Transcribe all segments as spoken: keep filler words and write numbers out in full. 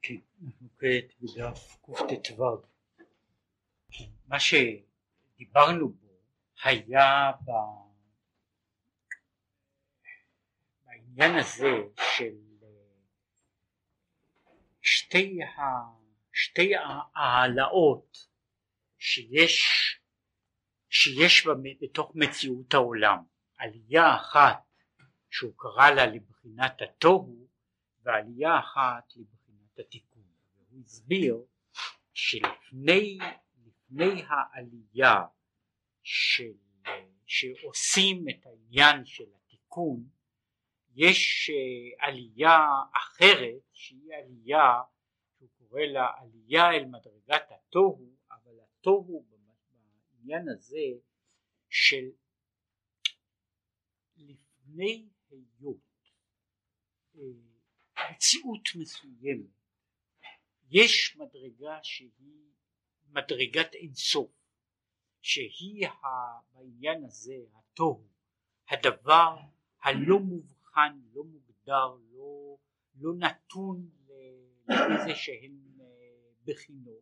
כן, אנחנו כעת בדף קט"ו. מה שדיברנו בו היה ב... בעניין הזה של שתי, ה... שתי העלאות שיש, שיש בתוך מציאות העולם. עלייה אחת שהוא קרא לה לבחינת התוהו, ועלייה אחת לבחינת התיקון. והוא הסביר שלפני לפני העלייה של, שעושים את העניין של התיקון, יש עלייה אחרת שהיא עלייה שהוא קורא לה עלייה אל מדרגת התוהו, אבל התוהו בעניין הזה של לפני היות מציאות מסוימת יש מדרגה שהיא מדרגת אינסוף, שהיא בעניין הזה התוהו, הדבר הלא מובחן, לא מוגדר, לא, לא נתון לאיזה שהן בחינות.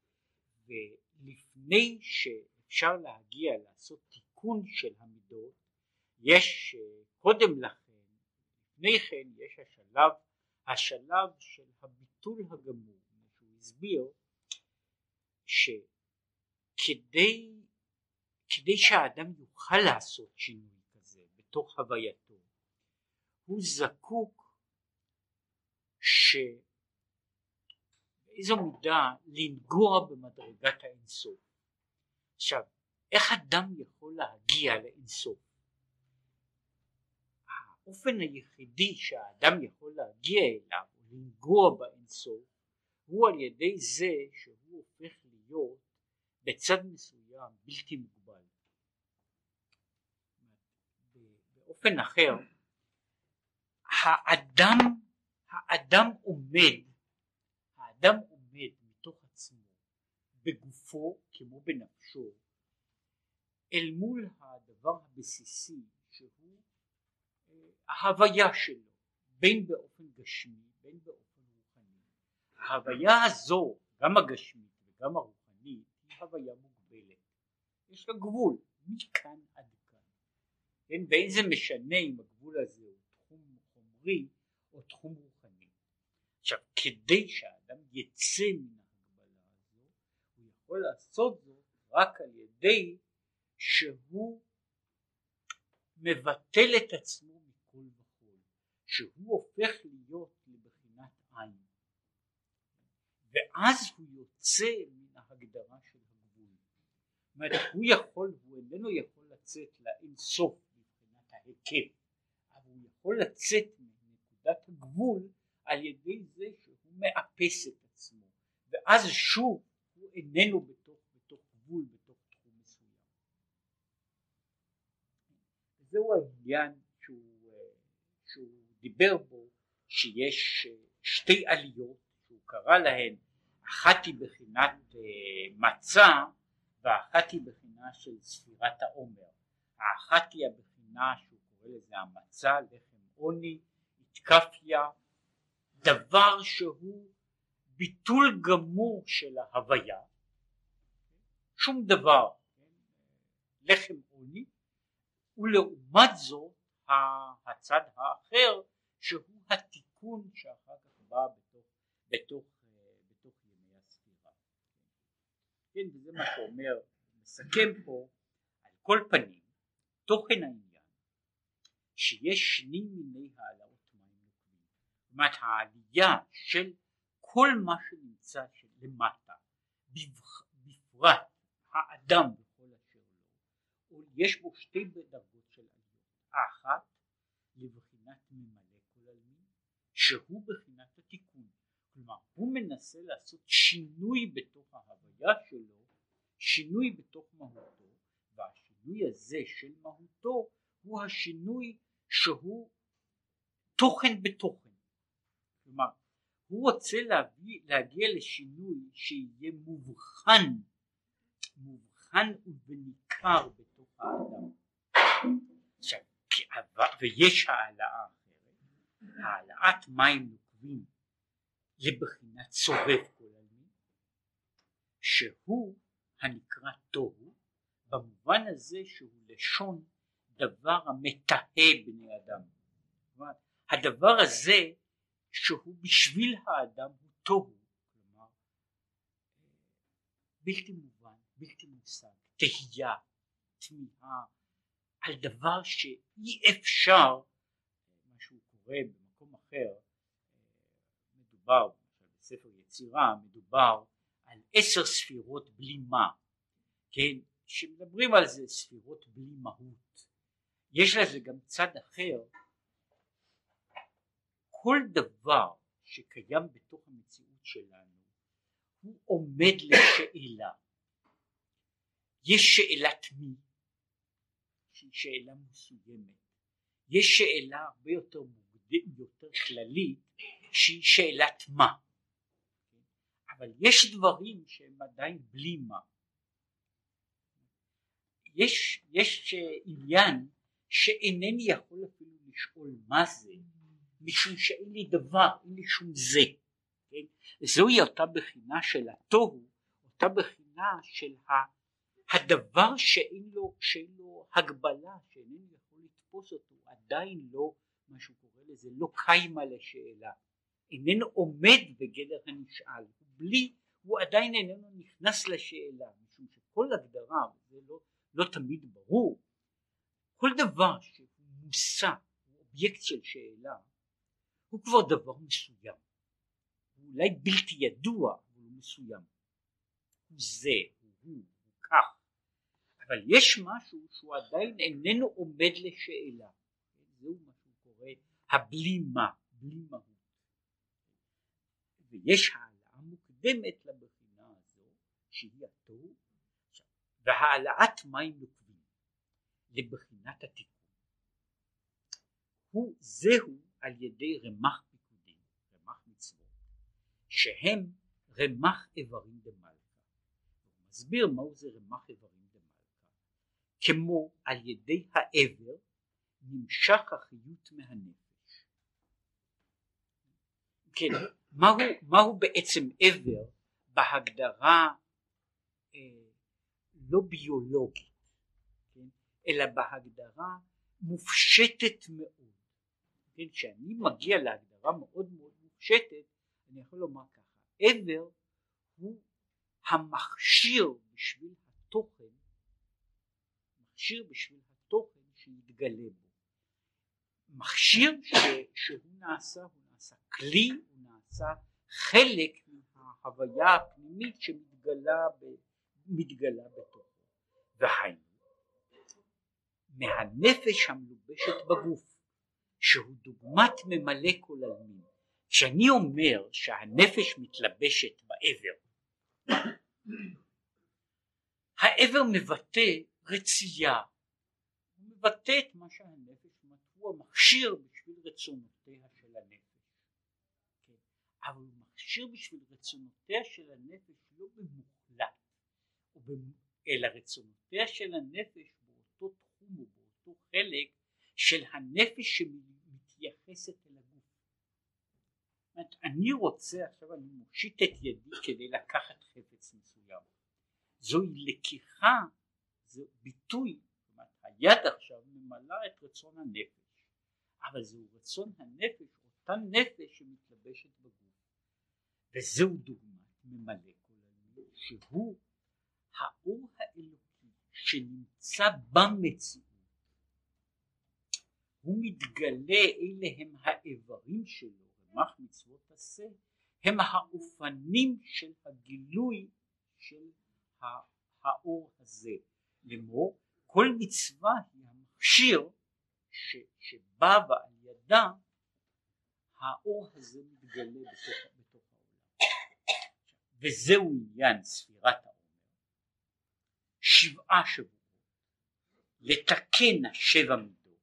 ולפני שאפשר להגיע לעשות תיקון של המידות, יש קודם לכן, לפני כן יש השלב, השלב של הביטול הגמור. הוא הסביר שכדי כדי שהאדם יוכל לעשות שינוי כזה בתוך הווייתו, הוא זקוק שבאיזו מידה לנגוע במדרגת האינסוף. עכשיו, איך אדם יכול להגיע לאינסוף? האופן היחידי שהאדם יכול להגיע אליו ולנגוע באינסוף הוא על ידי זה שהוא הופך להיות בצד מסוים בלתי מוגבל. באופן אחר, האדם, האדם עומד, האדם עומד מתוך עצמו, בגופו כמו בנפשו, אל מול הדבר הבסיסי שהוא ההוויה שלו, בין באופן גשמי, בין באופן רוחני. ההוויה הזו, גם הגשמית וגם הרוחנית, היא הוויה מוגבלת. יש לה גבול, מכאן עד כאן. כן? ואין זה משנה אם הגבול הזה הוא תחום חומרי או תחום רוחני. עכשיו, כדי שהאדם יצא מן ההגבלה הזו, הוא יכול לעשות זאת רק על ידי שהוא מבטל את עצמו מכל וכל, שהוא הופך להיות לבחינת עין, ואז הוא יוצא מן ההגדרה של הגבול. זאת אומרת, הוא יכול, הוא איננו יכול לצאת לאין סוף מבחינת ההיקף, אבל הוא יכול לצאת מנקודת הגבול על ידי זה שהוא מאפס את עצמו, ואז שוב הוא איננו בתוך, בתוך גבול, בתוך תחום מסוים. זהו העניין שהוא, שהוא דיבר בו, שיש שתי עליות שהוא קרא להן, אחת היא בחינת מצה ואחת היא בחינה של ספירת העומר. האחת היא הבחינה שהוא קורא לזה המצה, לחם עוני, התקפיה, דבר שהוא ביטול גמור של ההוויה, שום דבר, לחם עוני, ולעומת זאת הצד האחר שהוא התיקון שאחר כך בא בתוך, בתוך, בתוך ימי הספירה. כן, וזה מה שאומר, מסכם פה על כל פנים, תוכן העניין, שיש שני מיני העלאות מים נוקבים. זאת אומרת, העלייה של כל מה שנמצא למטה, בפרט האדם בכל אשר לו, יש בו שתי דרגות של עליות. האחת לבחינת ממלא כל עלמין, שהוא בחינת התיקון. כלומר, הוא מנסה לעשות שינוי בתוך ההוויה שלו, שינוי בתוך מהותו, והשינוי הזה של מהותו הוא השינוי שהוא תוכן בתוכן. כלומר, הוא רוצה להביא, להגיע לשינוי שיהיה מובחן, מובחן ובניכר בתוך האדם. עכשיו, ויש העלאה אחרת, העלאת מים נוקבים לבחינת סובב כל עלמין, שהוא הנקרא תוהו, במובן הזה שהוא לשון דבר המתהה בני אדם. הדבר הזה שהוא בשביל האדם הוא תוהו, כלומר בלתי מובן, בלתי מושג, תהייה, תמיהה, על דבר שאי אפשר, מה שהוא קורא במקום אחר, מדובר בספר יצירה, מדובר על עשר ספירות בלי מה, כן, שמדברים על זה ספירות בלי מהות. יש לזה גם צד אחר, כל דבר שקיים בתוך המציאות שלנו הוא עומד לשאלה. יש שאלת מי, שהיא שאלה מסוימת, יש שאלה הרבה יותר מוקדמת, יותר כללית, שהיא שאלת מה, אבל יש דברים שהם עדיין בלי מה. יש, יש עניין שאינני יכול אפילו לשאול מה זה, משום שאין לי דבר, אין לי שום זה, כן? זוהי אותה בחינה של התוהו, אותה בחינה של הדבר שאין לו, שאין לו הגבלה, שאינני יכול לתפוס אותו, עדיין לא, מה שהוא קורא לזה, לא קיימה לשאלה, איננו עומד בגדר הנשאל, בלי, הוא עדיין איננו נכנס לשאלה, משום שכל הגדרה, זה לא, לא תמיד ברור, כל דבר שהוא מושא, הוא אובייקט של שאלה, הוא כבר דבר מסוים, הוא אולי בלתי ידוע, אבל הוא מסוים, הוא זה, הוא הוא, הוא כך, אבל יש משהו שהוא עדיין איננו עומד לשאלה, זהו מה שהוא קורא הבלי מה, בלי מהות, ויש העלאה מוקדמת לבחינה הזו שהיא התוהו, והעלאת מים נוקבים לבחינת התיקון הוא זהו על ידי רמ"ח פיקודים, רמ"ח מצוות, שהם רמ"ח איברים דמלכה. הוא מסביר מהו זה רמ"ח איברים דמלכה, כמו על ידי העבר נמשך החיות מהנפש. כן, מהו, מהו בעצם עבר בהגדרה אה, לא ביולוגית, כן? אלא בהגדרה מופשטת מאוד. כן? כשאני מגיע להגדרה מאוד מאוד מופשטת, אני יכול לומר ככה, עבר הוא המכשיר בשביל התוכן, מכשיר בשביל התוכן שיתגלה בו. מכשיר ש, שהוא נעשה, הוא נעשה כלי, הוא נעשה חלק מההוויה הפנימית שמתגלה ב, מתגלה בתוכו. והיינו, מהנפש המלובשת בגוף, שהוא דוגמת ממלא כל עלמין. כשאני אומר שהנפש מתלבשת בעבר, העבר מבטא רצייה, הוא מבטא את מה שהנפש, הוא המכשיר בשביל רצונותיה של הנפש, כן. אבל הוא מכשיר בשביל רצונותיה של הנפש לא במוחלט, אלא רצונותיה של הנפש באותו תחום או באותו חלק של הנפש שמתייחסת אל הגוף. אני רוצה, עכשיו אני מושיט את ידי כדי לקחת חפץ מסוים, זוהי לקיחה, זה ביטוי, זאת אומרת, היד עכשיו ממלאה את רצון הנפש, אבל זהו רצון הנפש, אותה נפש שמתלבשת בגוף, וזהו דוגמת ממלא כל עלמין, שהוא האור האלוקי שנמצא במציאות, הוא מתגלה, אלה הם האיברים שלו, רמ"ח מצוות עשה, הם האופנים של הגילוי של האור הזה. לאמור, כל מצווה היא המכשיר ש, שבא ועל ידה האור הזה מתגלה בתוך, בתוך העולם. וזהו עניין ספירת העומר, שבעה שבועות, לתקן שבע מידות,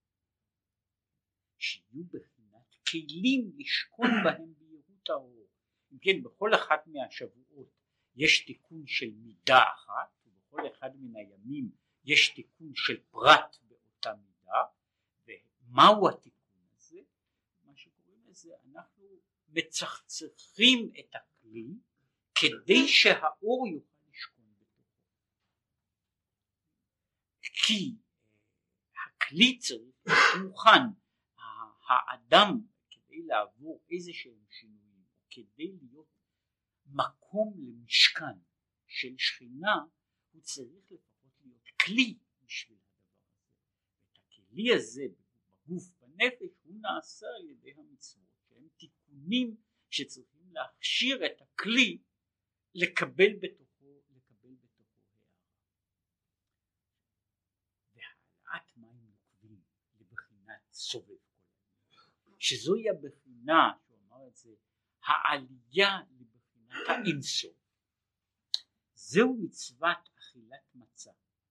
שיהיו בחינת כלים לשכון בהם בהירות האור. אם כן, בכל אחת מהשבועות יש תיקון של מידה אחת, ובכל אחד מן הימים יש תיקון של פרט באותה מידה. ומהו התיקון הזה? מה שקוראים לזה, אנחנו מצחצחים את הכלי כדי שהאור יוכל לשכון בתוכו, כי הכלי צריך להיות מוכן. האדם כדי לעבור איזה שהם שינויים, כדי להיות מקום למשכן של שכינה, הוא צריך לפחות להיות כלי בשביל הדבר הזה. את הכלי הזה בגוף בנפש הוא נעשה על ידי המצוות, שהם תיקונים שצריכים להכשיר את הכלי לקבל בתוכו לקבל בתוכו הערה. והעלאת מים נוקבים לבחינת סובב, שזוהי הבחינה, שהוא אמר את זה, העלייה לבחינת האינסוף. זהו מצוות אכילת מצה,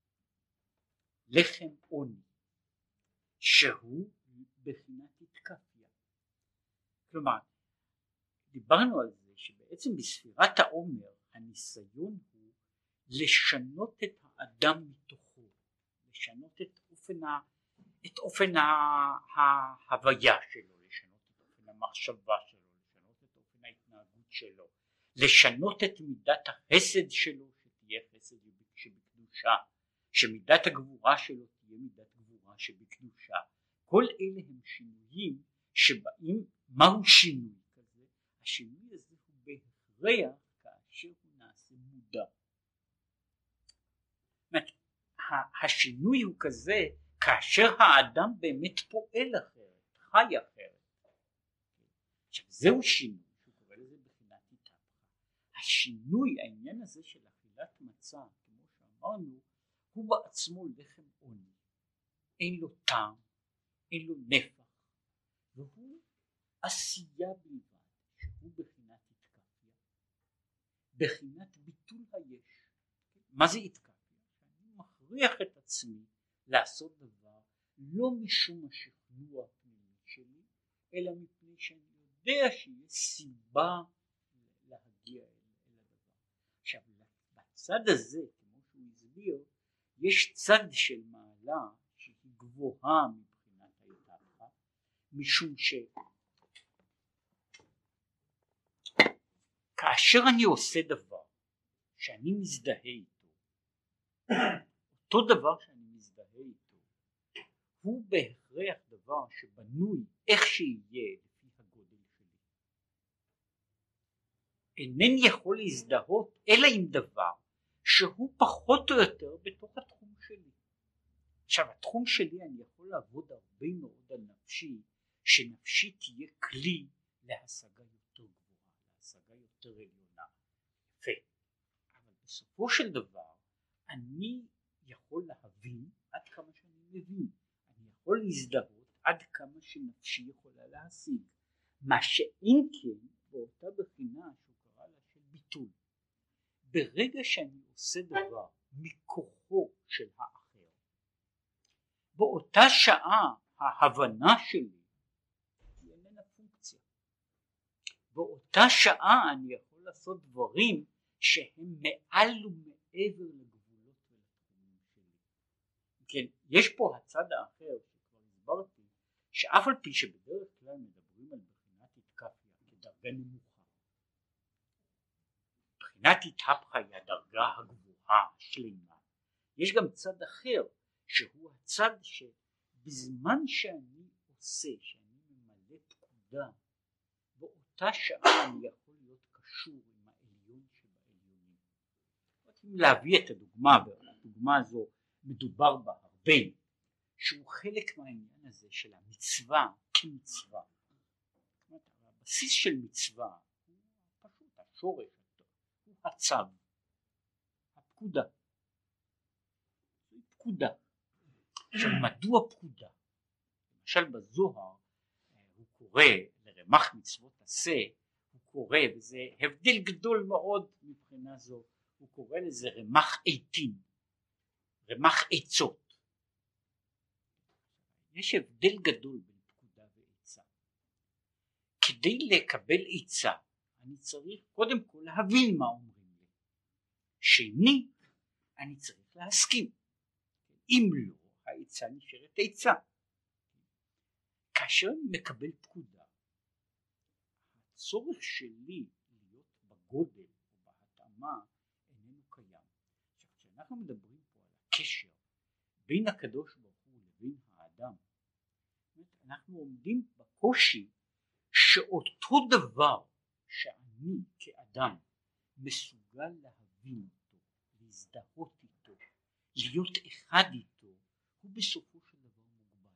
לחם עוני, שהוא בחינת התקפיה. כלומר, דיברנו על זה שבעצם בספירת העומר הניסיון הוא לשנות את האדם מתוכו, לשנות את אופן, ה, את אופן ההוויה שלו, לשנות את אופן המחשבה שלו, לשנות את אופן ההתנהגות שלו, לשנות את מידת החסד שלו שתהיה חסד שבקדושה, שמידת הגבורה שלו תהיה מידת גבורה שבקדושה. כל אלה הם שינויים שבאים. מהו שינוי כזה? השינוי הזה הוא בהכרח כאשר הוא נעשה מודע. השינוי הוא כזה כאשר האדם באמת פועל אחרת, חי אחרת. עכשיו זהו שינוי שהוא קורא לזה בחינת התהפכה. השינוי, העניין הזה של אכילת מצה, כמו שאמרנו, הוא בעצמו לחם עוני, אין לו טעם, אין לו נפח, והוא עשייה בלבד, שהוא בחינת התקפיה, בחינת ביטול היש. מה זה התקפיה? אני מכריח את עצמי לעשות דבר לא משום השכנוע הפנימי שלי, אלא מפני שאני יודע שיש סיבה להגיע אל הדבר. עכשיו בצד הזה, כמו שהוא הסביר, יש צד של מעלה שהיא גבוהה מבחינת ההתהפכה, משום ש כאשר אני עושה דבר שאני מזדהה איתו, אותו דבר שאני מזדהה איתו הוא בהכרח דבר שבנוי איך שיהיה לפי הגודל שלי. אינני יכול להזדהות אלא עם דבר שהוא פחות או יותר בתוך התחום שלי. עכשיו התחום שלי אני יכול לעבוד הרבה מאוד על נפשי, שנפשי תהיה כלי להשגה יותר גבוהה, להשגה יותר עליונה. יפה. אבל בסופו של דבר אני יכול להבין עד כמה שאני מבין, אני יכול להזדהות עד כמה שנפשי יכולה להשיג, מה שאם כן באותה בחינה שהוא קרא לה של ביטול. ברגע שאני עושה דבר מכוחו של האחר, באותה שעה ההבנה שלי היא איננה פונקציה. באותה שעה אני יכול לעשות דברים שהם מעל ומעבר לגבולות ולתחומים שלי. כן, יש פה הצד האחר שכבר הסברתי, שאף על פי שבדרך כלל מדברים על בחינת התקפיה כדרגה נמוכה, בחינת התהפכה היא הדרגה הגבוהה השלימה. יש גם צד אחר שהוא הצד שבזמן שאני עושה, שאני ממלא פקודה, באותה שעה אני יכול להיות קשור עם העליון שבעליונים. רוצים להביא את הדוגמה, והדוגמה הזו מדובר בה הרבה, שהוא חלק מהעניין הזה של המצווה כמצווה. הבסיס של מצווה הוא פשוט השורש, הוא הצו, הפקודה. פקודה. עכשיו מדוע פקודה? למשל בזוהר הוא קורא לרמ"ח מצוות עשה, הוא קורא, וזה הבדל גדול מאוד מבחינה זו, הוא קורא לזה רמ"ח עיתים, רמ"ח עצות. יש הבדל גדול בין פקודה ועצה. כדי לקבל עצה אני צריך קודם כל להבין מה אומרים לי, שני אני צריך להסכים, אם לא העצה נשארת עצה. כאשר אני מקבל פקודה, הצורך שלי להיות בגודל או בהתאמה איננו קיים. עכשיו כשאנחנו מדברים פה על הקשר בין הקדוש ברוך הוא לבין האדם, אנחנו עומדים בקושי שאותו דבר שאני כאדם מסוגל להבין אותו, להזדהות איתו, להיות אחד איתו, הוא בסופו של דבר מוגבל.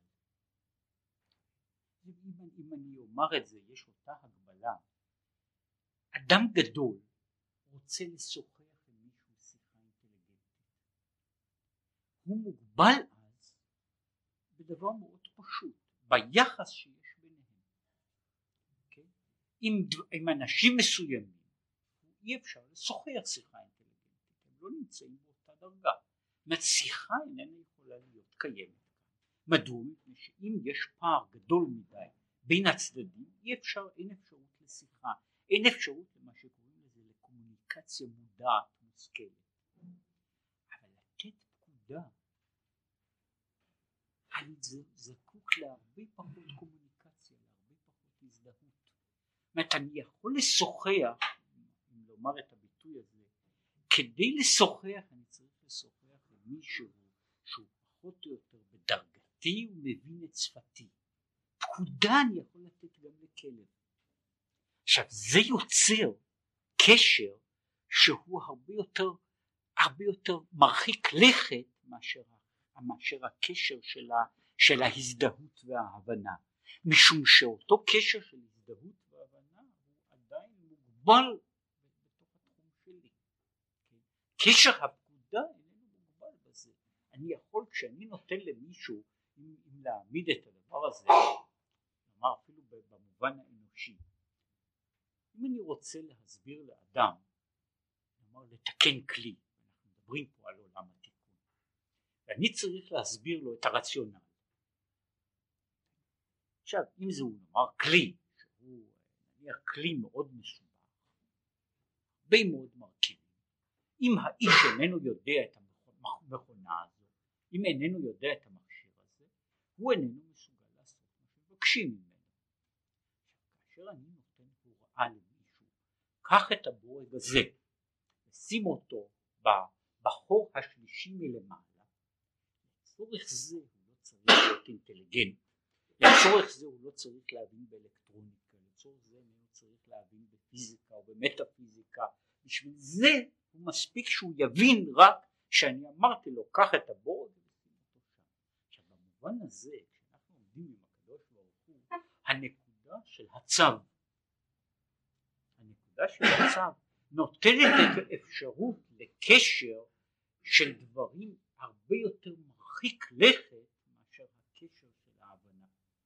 אם, אם אני אומר את זה, יש אותה הגבלה. אדם גדול רוצה לשוחח עם מישהו שיחה אינטליגנטית. הוא מוגבל אז בדבר מאוד פשוט, ביחס שיש ביניהם. Okay? עם, עם אנשים מסוימים אי אפשר לשוחח שיחה אינטליגנטית, הם לא נמצאים באותה דרגה. זאת אומרת, שיחה איננה יכולה להיות קיימת. מדוע? מפני שאם יש פער גדול מדי בין הצדדים, אי אפשר, אין אפשרות לשיחה, אין אפשרות למה שקוראים לזה לקומוניקציה מודעת מושכלת. אבל לתת פקודה, אני זקוק להרבה פחות קומוניקציה, להרבה פחות הזדהות. זאת אומרת, אני יכול לשוחח, אם לומר את הביטוי הזה, כדי לשוחח אני צריך לשוחח עם מישהו שהוא פחות או יותר בדרגתי ומבין את שפתי. פקודה אני יכול לתת גם לכלב. עכשיו זה יוצר קשר שהוא הרבה יותר, הרבה יותר מרחיק לכת מאשר, מאשר הקשר של, ה, של ההזדהות וההבנה. משום שאותו קשר של הזדהות והבנה הוא עדיין מוגבל בתוך התחום שלי. קשר הפקודה איננו מוגבל בזה. אני יכול, כשאני נותן למישהו, אם, אם להעמיד את הדבר הזה, נאמר אפילו במובן האנושי, אם אני רוצה להסביר לאדם, נאמר לתקן כלי, אנחנו מדברים פה על עולם התיקון, ואני צריך להסביר לו את הרציונל. עכשיו אם זהו נאמר כלי, שהוא נניח כלי מאוד מסובך, הרבה מאוד מרכיבים, אם האיש איננו יודע את המכונה הזו, אם איננו יודע את המכשיר הזה, הוא איננו מסוגל לעשות מה שמבקשים ממנו. כאשר אני נותן הוראה למישהו, קח את הבורג הזה, שים אותו בחור השלישי מלמעלה, לצורך זה הוא לא צריך להיות אינטליגנט, לצורך זה הוא לא צריך להבין באלקטרוניקה, לצורך זה הוא לא צריך להבין בפיזיקה או במטאפיזיקה, בשביל זה הוא מספיק שהוא יבין רק שאני אמרתי לו קח את הבורג ושים אותו שם. עכשיו במובן הזה כשאנחנו עומדים עם הקדוש ברוך הוא, הנקודה של הצו, הנקודה של הצו נותנת את האפשרות לקשר של דברים הרבה יותר מרחיק לכת מאשר הקשר של ההבנה,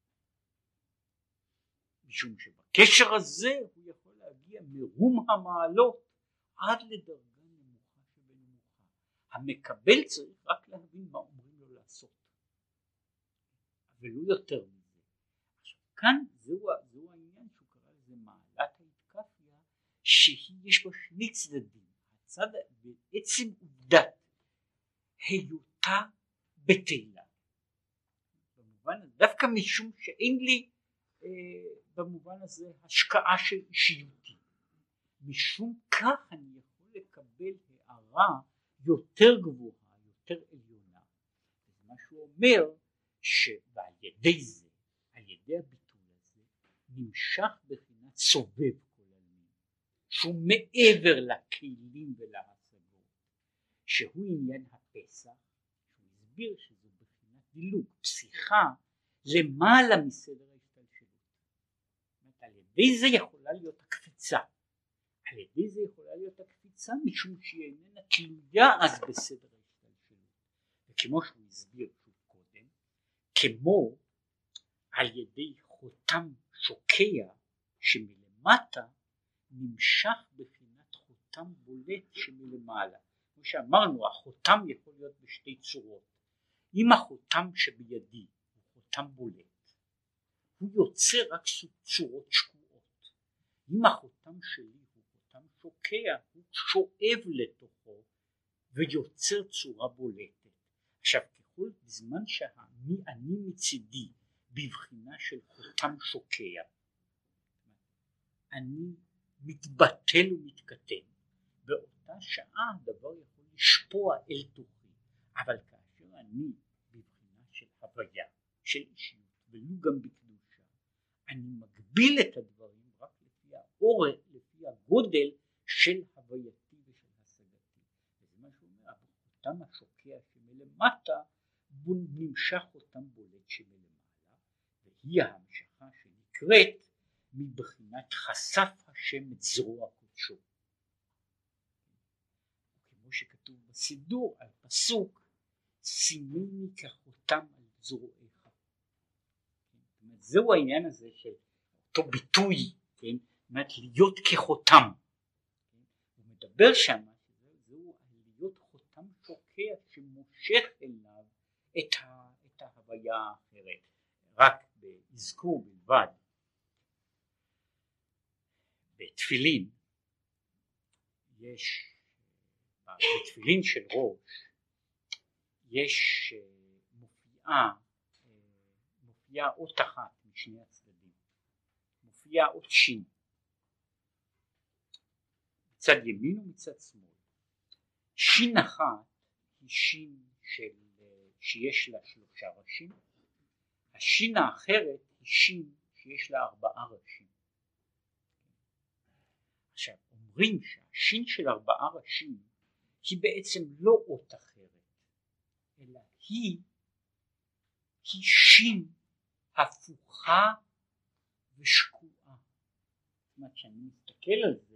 משום שבקשר הזה הוא יכול להגיע מרום המעלות עד לדרגה נמוכה שבנמוכה. המקבל צריך רק להבין מה אומרים לו לעשות, אבל לא יותר מזה. עכשיו כאן זהו, זהו העניין שהוא קרא לזה מעלת ההתקפיה, שיש בה שני צדדים. הצד בעצם עובדת היותה בתהילה, במובן הזה, דווקא משום שאין לי אה, במובן הזה השקעה של אישיותי, משום כך אני יכול לקבל הערה יותר גבוהה, יותר עליונה. זה מה שהוא אומר, שעל ידי זה, על ידי הביטול הזה, נמשך בחינת סובב כל עלמין, שהוא מעבר לכלים ולהשגות, שהוא עניין הפסח, שהוא הסביר שזו בחינת דילוג, פסיכה למעלה מסדר ההשתלשלות. על ידי זה יכולה להיות הקפיצה, על ידי זה יכולה להיות הקפיצה משום שהיא איננה תלויה אז בסדר ההשתלשלות, וכמו שהוא הסביר שוב קודם, כמו על ידי חותם שוקע שמלמטה נמשך בחינת חותם בולט שמלמעלה. כמו שאמרנו, החותם יכול להיות בשתי צורות. אם החותם שבידי הוא חותם בולט, הוא יוצר רק צורות שקועות. אם החותם שלי הוא חותם שוקע, הוא שואב לתוכו ויוצר צורה בולטת. עכשיו ככל בזמן שאני אני מצידי בבחינה של חותם שוקע, אני מתבטל ומתקטן, באותה שעה הדבר יכול לשפוע אל תוכי, אבל כאשר אני בבחינה של הוויה, של אישיות, ולו גם בקדושה, אני מגביל את הדברים רק לפי האורך, לפי הגודל של הווייתי ושל השגתי. וזה מה שאומר, אותם השוקע שמלמטה נמשך אותם בולט שמלמעלה, והיא ההמשכה שנקראת מבחינת חשף השם את זרוע קודשו. כמו שכתוב בסידור על פסוק, שימני כחותם על זרועיך. זהו העניין הזה של אותו ביטוי, כן? זאת אומרת להיות כחותם. הוא מדבר שם, זהו להיות חותם שוקע שמושך אליו את, ה, את ההוויה האחרת. רק באזכור בלבד, בתפילין, יש, בתפילין של ראש, יש מופיעה, מופיעה אות אחת משני הצדדים, מופיעה אות שין, מצד ימין ומצד שמאל. שין אחת היא שין של, שיש לה שלושה ראשים, השין האחרת היא שין שיש לה ארבעה ראשים. עכשיו אומרים שהשין של ארבעה ראשים היא בעצם לא אות אחרת, אלא היא, היא שין הפוכה ושקועה. זאת אומרת שאני מסתכל על זה,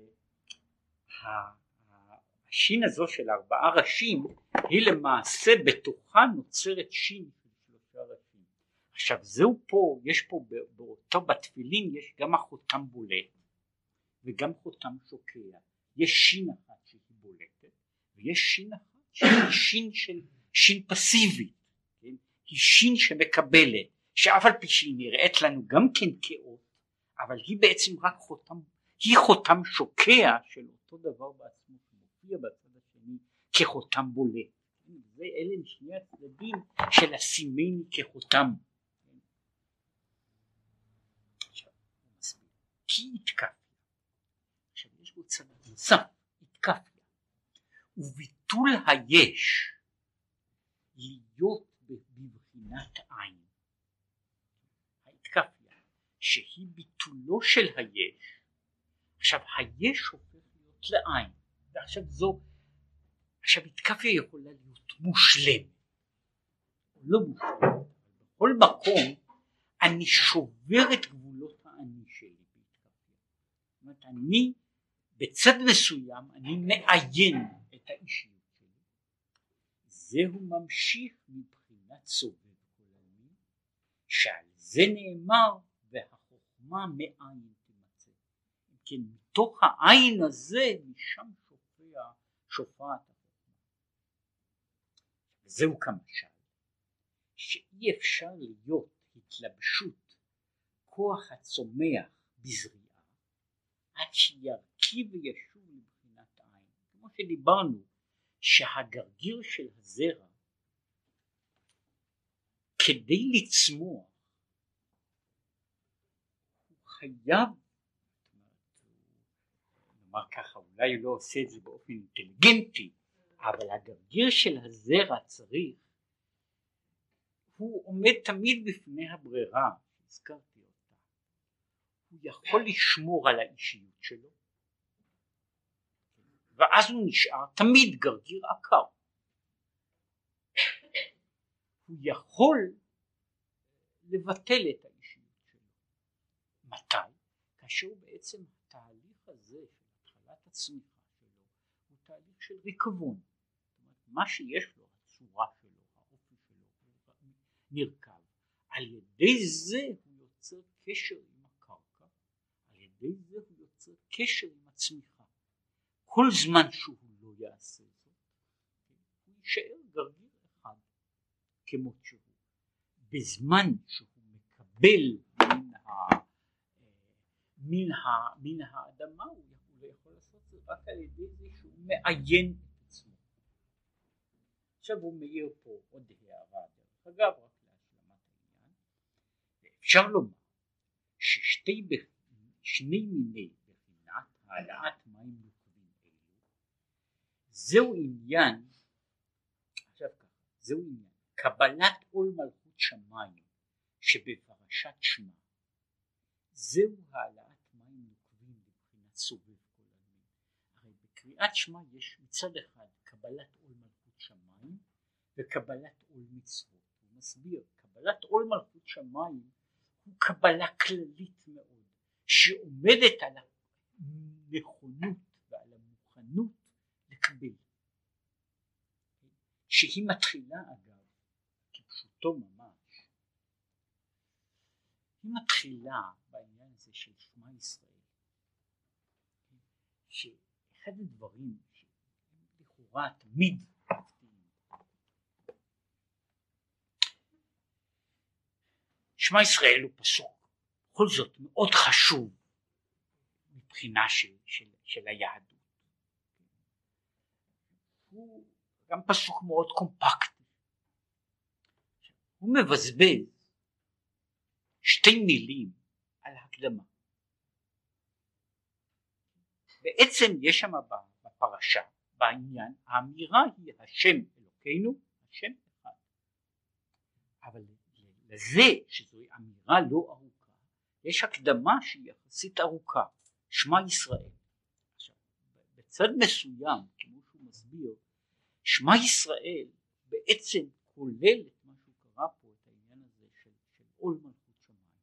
השין הזו של ארבעה ראשים היא למעשה בתוכה נוצרת שין של שלושה ראשים. עכשיו זהו פה, יש פה באותו בתפילין יש גם החותם בולט וגם חותם שוקע. יש שין אחת שהיא בולטת ויש שין אחת שהיא שין של שין פסיבית, כן? היא שין שמקבלת, שאף על פי שהיא נראית לנו גם כן כאות, אבל היא בעצם רק חותם, היא חותם שוקע של אותו דבר בעצמו שמופיע בצד השני כחותם בולט. זה אלה שני הצדדים של הסימני כחותם. עכשיו הוא מסביר כי התקפיה, עכשיו יש בו צד נוסף, התקפיה וביטול היש להיות בבחינת עין. ההתקפיה שהיא ביטולו של היש, עכשיו היש הופך להיות לעין, ועכשיו זו, עכשיו התקפיה יכולה להיות מושלמת או לא מושלמת, בכל מקום אני שובר את גבולות האני שלי בהתקפיה. זאת אומרת אני בצד מסוים אני מעיין את האישיות שלי, זהו ממשיך מבחינת סובב כולני, שעל זה נאמר והחוכמה מאין תמצא. כן, מתוך העין הזה משם שופע שופעת החוכמה. וזהו כמשל שאי אפשר להיות התלבשות כוח הצומח בזריעה עד שירכיב וישוב לבחינת העין. כמו שדיברנו שהגרגיר של הזרע כדי לצמוח הוא חייב, נאמר ככה, אולי לא עושה את זה באופן אינטליגנטי, אבל הגרגיר של הזרע צריך, הוא עומד תמיד בפני הברירה, הזכרתי אותה, הוא יכול לשמור על האישיות שלו, ואז הוא נשאר תמיד גרגיר עקר. הוא יכול לבטל את האישיות שלו. מתי? כאשר בעצם התהליך הזה של התחלת הצמיחה שלו הוא תהליך של ריקבון. זאת אומרת, מה שיש לו, הצורה שלו, האופי שלו, הוא נרכב. על ידי זה הוא יוצר קשר עם הקרקע, על ידי זה הוא יוצר קשר עם הצמיחה. כל זמן שהוא לא יעשה זאת, הוא יישאר גרגיר אחד כמות שהוא. בזמן שהוא מקבל מן, ה, מן, ה, מן האדמה, הוא יכול, יכול לעשות זה רק על ידי זה שהוא מעיין את עצמו. עכשיו הוא מעיר פה עוד הערה, דרך אגב, רק להשלמת העניין. אפשר לומר ששתי שני מיני העלאת מים נוקבים אלו, זהו עניין, עכשיו ככה, זהו עניין, קבלת עול מלכות שמיים שבפרשת שמע, זהו העלאת מים נוקבים מבחינת סובב כל עלמין. הרי בקריאת שמע יש מצד אחד קבלת עול מלכות שמיים וקבלת עול מצוות. הוא מסביר, קבלת עול מלכות שמיים הוא קבלה כללית מאוד שעומדת על הנכונות ועל המוכנות לקבל, שהיא מתחילה אגב כפשוטו ממש, היא מתחילה בעניין הזה של שמע ישראל, שאחד הדברים שלכאורה תמיד שמע ישראל הוא פסוק בכל זאת מאוד חשוב מבחינה של, של, של היהדות, הוא גם פסוק מאוד קומפקטי, הוא מבזבז שתי מילים על הקדמה. בעצם יש שם בפרשה בעניין האמירה היא השם אלוקינו השם אחד, אבל לזה שזו אמירה לא ארוכה יש הקדמה שהיא יחסית ארוכה, שמע ישראל. עכשיו בצד מסוים כמו שהוא מסביר, שמע ישראל בעצם כולל את מה שהוא קרא פה, את העניין הזה של, של עול מלכות שמיים.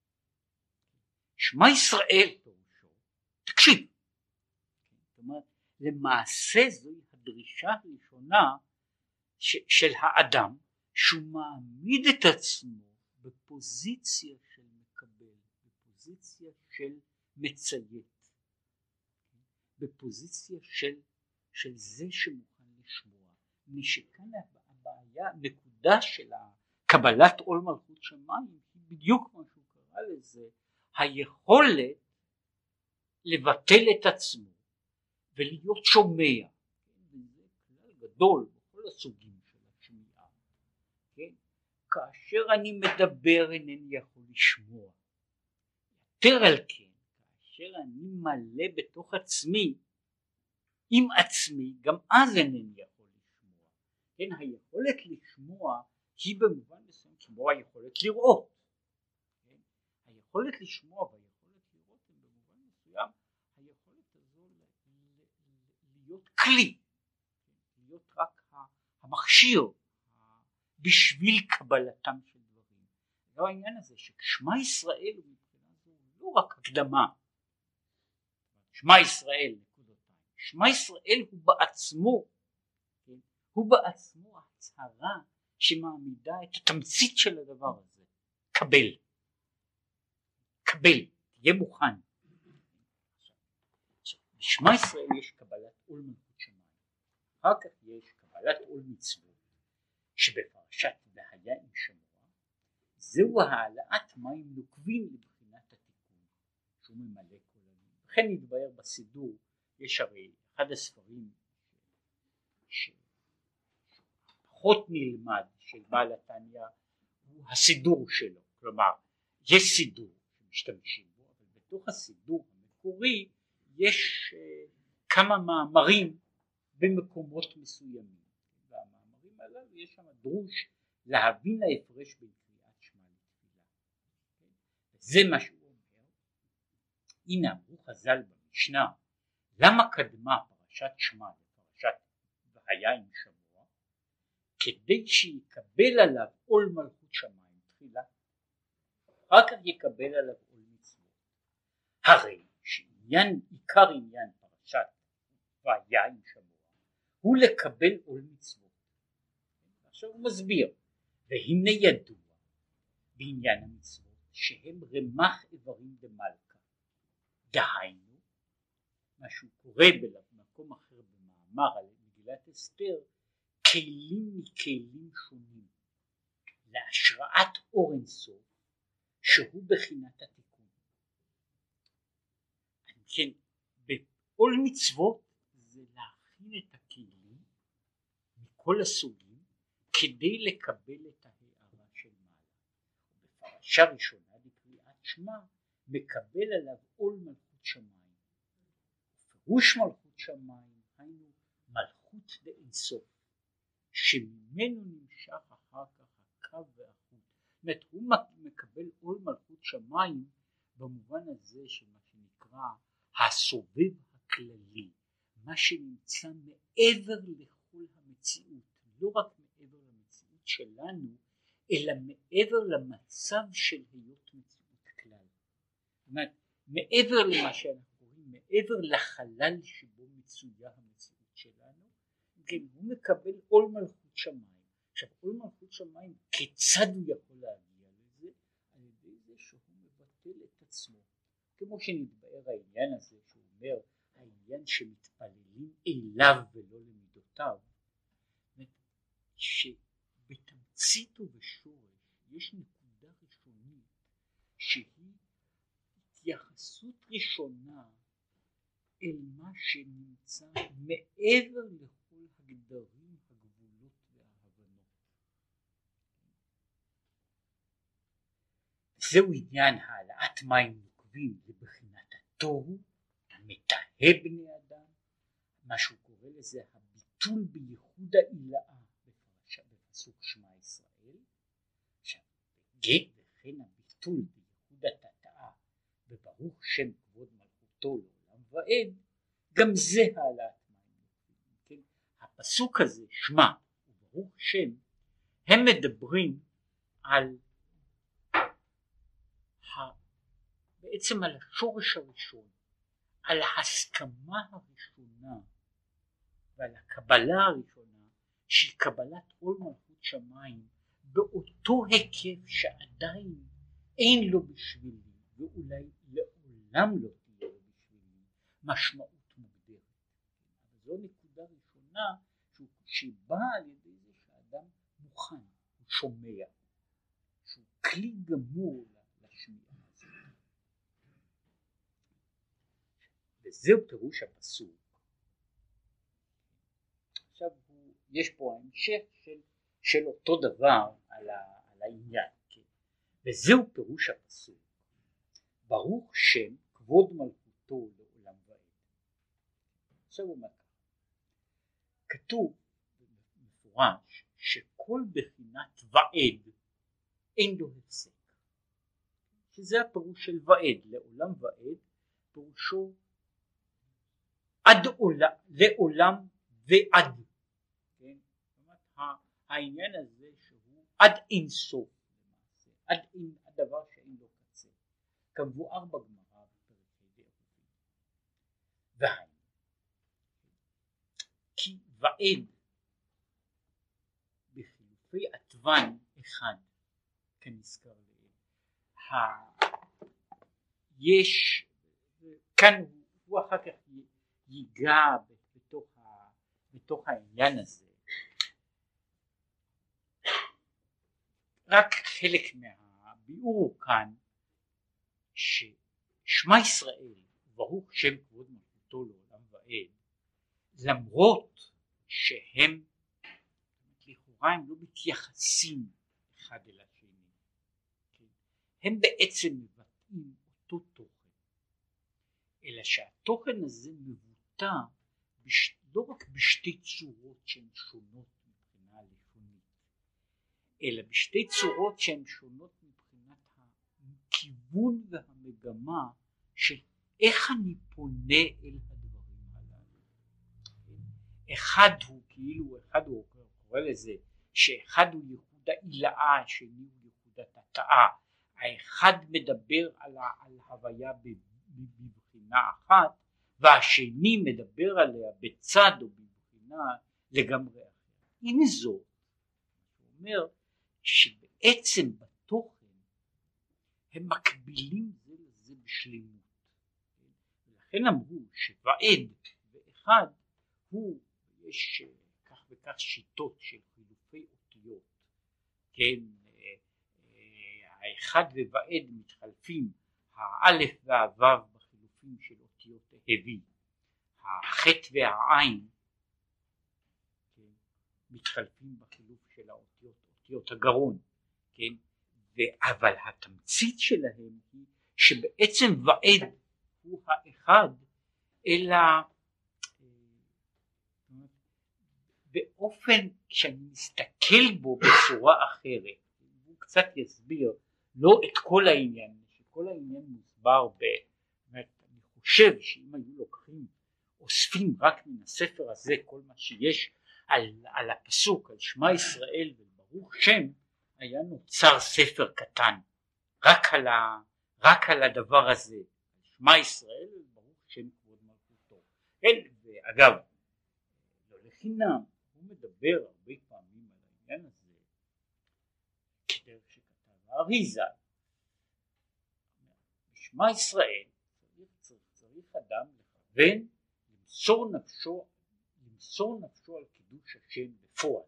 שמע ישראל פירושו תקשיב, זאת אומרת למעשה זוהי הדרישה הראשונה ש, של האדם שהוא מעמיד את עצמו בפוזיציה של מקבל, בפוזיציה של מציית, בפוזיציה של, של זה שמוכן לשמוע. משכאן הבעיה, נקודה של קבלת עול מלכות שמיים היא בדיוק מה שהוא קרא לזה, היכולת לבטל את עצמו ולהיות שומע. זה כלל גדול בכל הסוגים של השמיעה, כן? כאשר אני מדבר אינני יכול לשמוע, יותר על כן כאשר אני מלא בתוך עצמי עם עצמי גם אז אינני יכול לשמוע. כן, היכולת לשמוע היא במובן מסוים כמו היכולת לראות, כן? היכולת לשמוע והיכולת לראות הם במובן מסוים היכולת הזו להיות כלי, להיות רק המכשיר בשביל קבלתם של דברים. זה העניין הזה ששמע ישראל הוא מבחינה זו לא רק הקדמה, שמע ישראל נקודותיים, שמע ישראל הוא בעצמו, כן? הוא בעצמו הצהרה שמעמידה את התמצית של הדבר הזה, קבל, קבל, תהיה מוכן. בשמע ישראל יש קבלת עול מלכות שמיים, אחר כך יש קבלת עול מצוות שבפרשת והיה עם שמוע, זהו העלאת מים נוקבים לבחינת התיקון שהוא ממלא כל עלמין. וכן נתבהר בסידור, יש הרי אחד הספרים שפחות נלמד של בעל התניא הוא הסידור שלו, כלומר יש סידור שמשתמשים בו, אבל בתוך הסידור המקורי יש uh, כמה מאמרים במקומות מסוימים, והמאמרים הללו יש שם דרוש להבין ההפרש בין קריאת שמע לתפילה. זה מה שהוא אומר. הנה אמרו חז"ל במשנה, למה קדמה פרשת שמע לפרשת והיה עם שמוע? כדי שיקבל עליו עול מלכות שמיים תחילה, אחר כך יקבל עליו עול מצוות. הרי שעניין, עיקר עניין פרשת והיה עם שמוע הוא לקבל עול מצוות. עכשיו הוא מסביר, והנה ידוע בעניין המצוות שהם רמ"ח איברים דמלכה, דהיינו מה שהוא קורא במקום אחר במאמר על מגילת אסתר, כלים מכלים שונים להשראת אור אינסוף שהוא בחינת התיקון. כן, בעול מצוות זה להכין את הכלים מכל הסוגים כדי לקבל את ההארה של מעלה. בפרשה ראשונה בקריאת שמע מקבל עליו עול מלכות שמיים, פירוש מלכות שמיים היינו מלכות דאינסוף, שממנו נמשך אחר כך הקו והחוט. זאת אומרת, הוא מקבל עול מלכות שמיים במובן הזה של מה שנקרא הסובב הכללי, מה שנמצא מעבר לכל המציאות, לא רק מעבר למציאות שלנו, אלא מעבר למצב של היות מציאות כלל. זאת אומרת, מעבר למה שאנחנו קוראים, מעבר לחלל שבו מצויה המציאות שלנו, כן, הוא מקבל עול מלכות שמיים. עכשיו, עול מלכות שמיים, כיצד הוא יכול להגיע לזה? על ידי זה שהוא מבטל את עצמו. כמו שנתבאר העניין הזה, שהוא אומר, העניין שמתפללים אליו ולא למידותיו, שבתמצית ובשורש יש נקודה ראשונית שהיא התייחסות ראשונה אל מה שנמצא מעבר לכל הגדרים, הגבולות וההבנות. זהו עניין העלאת מים נוקבים לבחינת התוהו המתהה בני אדם, מה שהוא קורא לזה הביטול בייחוד העילאה בפסוק שמע ישראל. עכשיו, גט וכן הביטול בייחוד התתאה וברוך שם כבוד מלכותו לעולם ועד, גם זה העלאת מים נוקבים. כן? הפסוק הזה שמע וברוך שם הם מדברים על בעצם על השורש הראשון, על ההסכמה הראשונה ועל הקבלה הראשונה שהיא קבלת עול מלכות שמיים באותו היקף שעדיין אין לו בשבילי ואולי לעולם לא תהיה לו בשבילי משמעות מוגדרת. זו נקודה ראשונה שהיא באה על ידי זה שהאדם מוכן, הוא שומע, שהוא כלי גמור לשמיעה. וזהו פירוש הפסוק. עכשיו הוא, יש פה המשך של, של אותו דבר על, ה, על העניין, כן? וזהו פירוש הפסוק, ברוך שם כבוד מלכותו לעולם ועד. עכשיו הוא אומר, כתוב מפורש שכל בחינת ועד אין לו הפסק, שזה הפירוש של ועד, לעולם ועד פירושו עד עולם, לעולם ועד, כן? העניין הזה שהוא עד אין סוף, עד אין, הדבר שאין לו קצה, כמבואר בגמרא בפרקי דאורייתא. והיינו כי ועד בחילופי עטבן אחד כנזכר לעיל, יש כאן הוא, הוא אחר כך ייגע בתוך, ה, בתוך העניין הזה. רק חלק מהביאור כאן ששמע ישראל ברוך שם כבוד מלכותו לעולם ועד, למרות שהם לכאורה הם לא מתייחסים אחד אל השני, כן? הם בעצם מבטאים אותו תוכן, אלא שהתוכן הזה מבוטא בש... לא רק בשתי צורות שהן שונות מבחינה לשונית, אלא בשתי צורות שהן שונות מבחינת הכיוון והמגמה של איך אני פונה אל הדברים הללו. אחד הוא כאילו, אחד הוא קורא לזה שאחד הוא ייחוד העילאה, השני הוא ייחוד התתאה. האחד מדבר על, ה... על הוויה בבחינה אחת, והשני מדבר עליה בצד או בבחינה לגמרי אחרת. הנה זאת, הוא אומר שבעצם בתוכן הם מקבילים זה לזה בשלמות. ולכן אמרו שוועד ואחד הוא, יש כך וכך שיטות של חילופי אותיות, כן, האחד וועד מתחלפים, האלף והוו בחילופים של אותיות ההבי, החטא והעין, כן, מתחלפים בחילוף של האותיות, אותיות הגרון, כן, אבל התמצית שלהם היא שבעצם ועד הוא האחד אלא באופן שאני מסתכל בו בצורה אחרת. הוא קצת יסביר לא את כל העניין, שכל העניין מוסבר באמת, אני חושב שאם היו לוקחים אוספים רק מן הספר הזה כל מה שיש על, על הפסוק על שמע ישראל וברוך שם, היה נוצר ספר קטן רק על, ה, רק על הדבר הזה, שמע ישראל וברוך שם כבוד מלכותו. כן, ואגב לא לחינם הוא מדבר הרבה פעמים על העניין הזה כדרך שכתב האריזה. בשמע ישראל צריך, צריך, צריך אדם לכוון למסור נפשו, למסור נפשו על קידוש השם בפועל.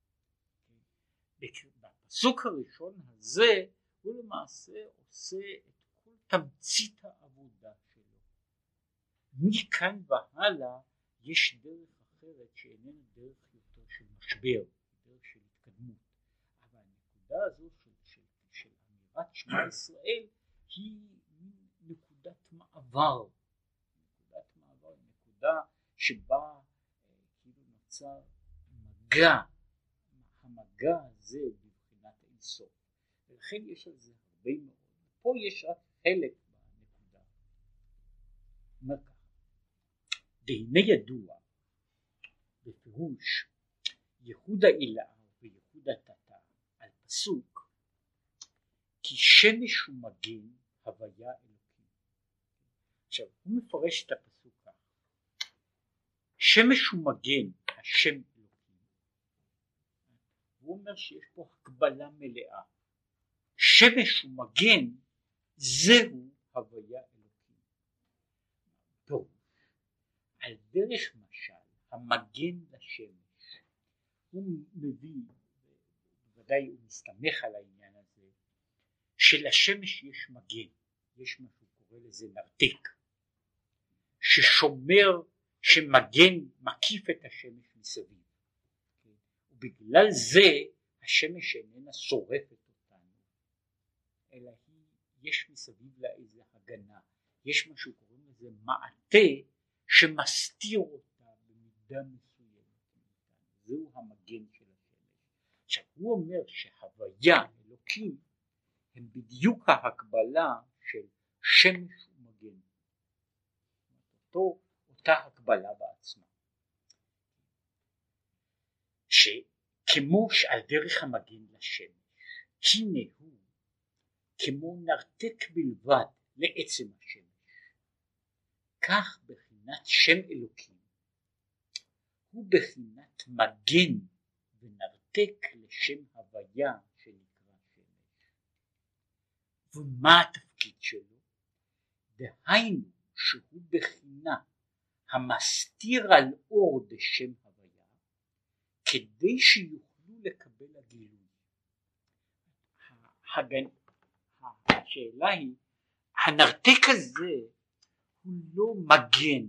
בפסוק הראשון הזה הוא למעשה עושה את כל תמצית העבודה שלו. מכאן והלאה יש דרך אחרת שאיננה דרך יותר של משבר, דרך של התקדמות. אבל הנקודה הזו של, של, של אמירת שמע ישראל היא נקודת מעבר. נקודת מעבר, נקודה שבה כאילו נוצר מגע, המגע הזה בבחינת אינסוף. ולכן יש על זה הרבה מאוד. פה יש רק חלק בנקודה. אומר כך, והנה ידוע בפירוש ייחוד העילה וייחוד התתה על פסוק כי שמש ומגן הוויה אלוקים. עכשיו הוא מפרש את הפסוק כך, שמש ומגן השם אלוקים, הוא אומר שיש פה הקבלה מלאה, שמש ומגן זהו הוויה אלוקים. טוב, על דרך משל המגן לשמש, הוא מביא, בוודאי הוא מסתמך על העניין הזה, שלשמש יש מגן, יש מה שהוא קורא לזה נרתיק, ששומר, שמגן, מקיף את השמש מסביב. ובגלל זה השמש איננה שורפת אותנו, אלא היא, יש מסביב לה איזו הגנה, יש מה שהוא קורא לזה מעטה, שמסתיר אותה במידה מסוימת. זהו המגן של השמש. עכשיו הוא אומר שהוויה אלוקים הם בדיוק ההקבלה של שמש ומגן, אותו, אותה הקבלה בעצמה, שכמו שעל דרך המגן לשמש הנה הוא כמו נרתק בלבד לעצם השמש, כך בחינת שם אלוקים הוא בחינת מגן ונרתק לשם הוויה שנקרא שמש. ומה התפקיד שלו? דהיינו שהוא בחינה המסתיר על אור דשם הוויה כדי שיוכלו לקבל הגילוי. השאלה היא, הנרתק הזה הוא לא מגן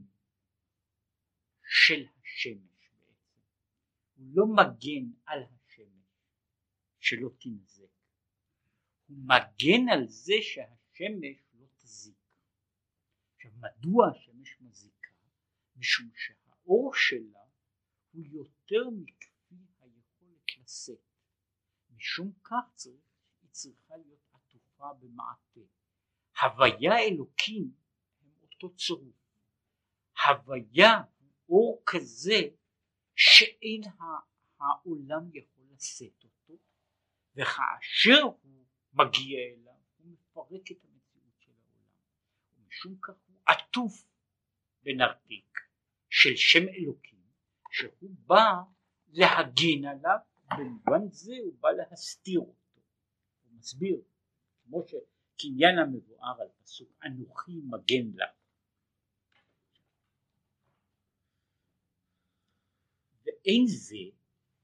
של השמש בעצם, הוא לא מגן על השמש שלא תנזק, הוא מגן על זה שהשמש לא תזיק. עכשיו מדוע השמש מזיקה? משום שהאור שלה הוא יותר מכפי היכולת לשאת, משום כך צריך, היא צריכה להיות עטופה במעטה. הוויה אלוקים הם אותו צירוף, הוויה הוא אור כזה שאין העולם יכול לשאת אותו, וכאשר הוא מגיע אליו הוא מפרק את המציאות של העולם, ומשום כך הוא עטוף בנרתיק של שם אלוקים שהוא בא להגן עליו, במובן זה הוא בא להסתיר אותו. הוא מסביר כמו שקניין המבואר על פסוק אנוכי מגן לה, ואין זה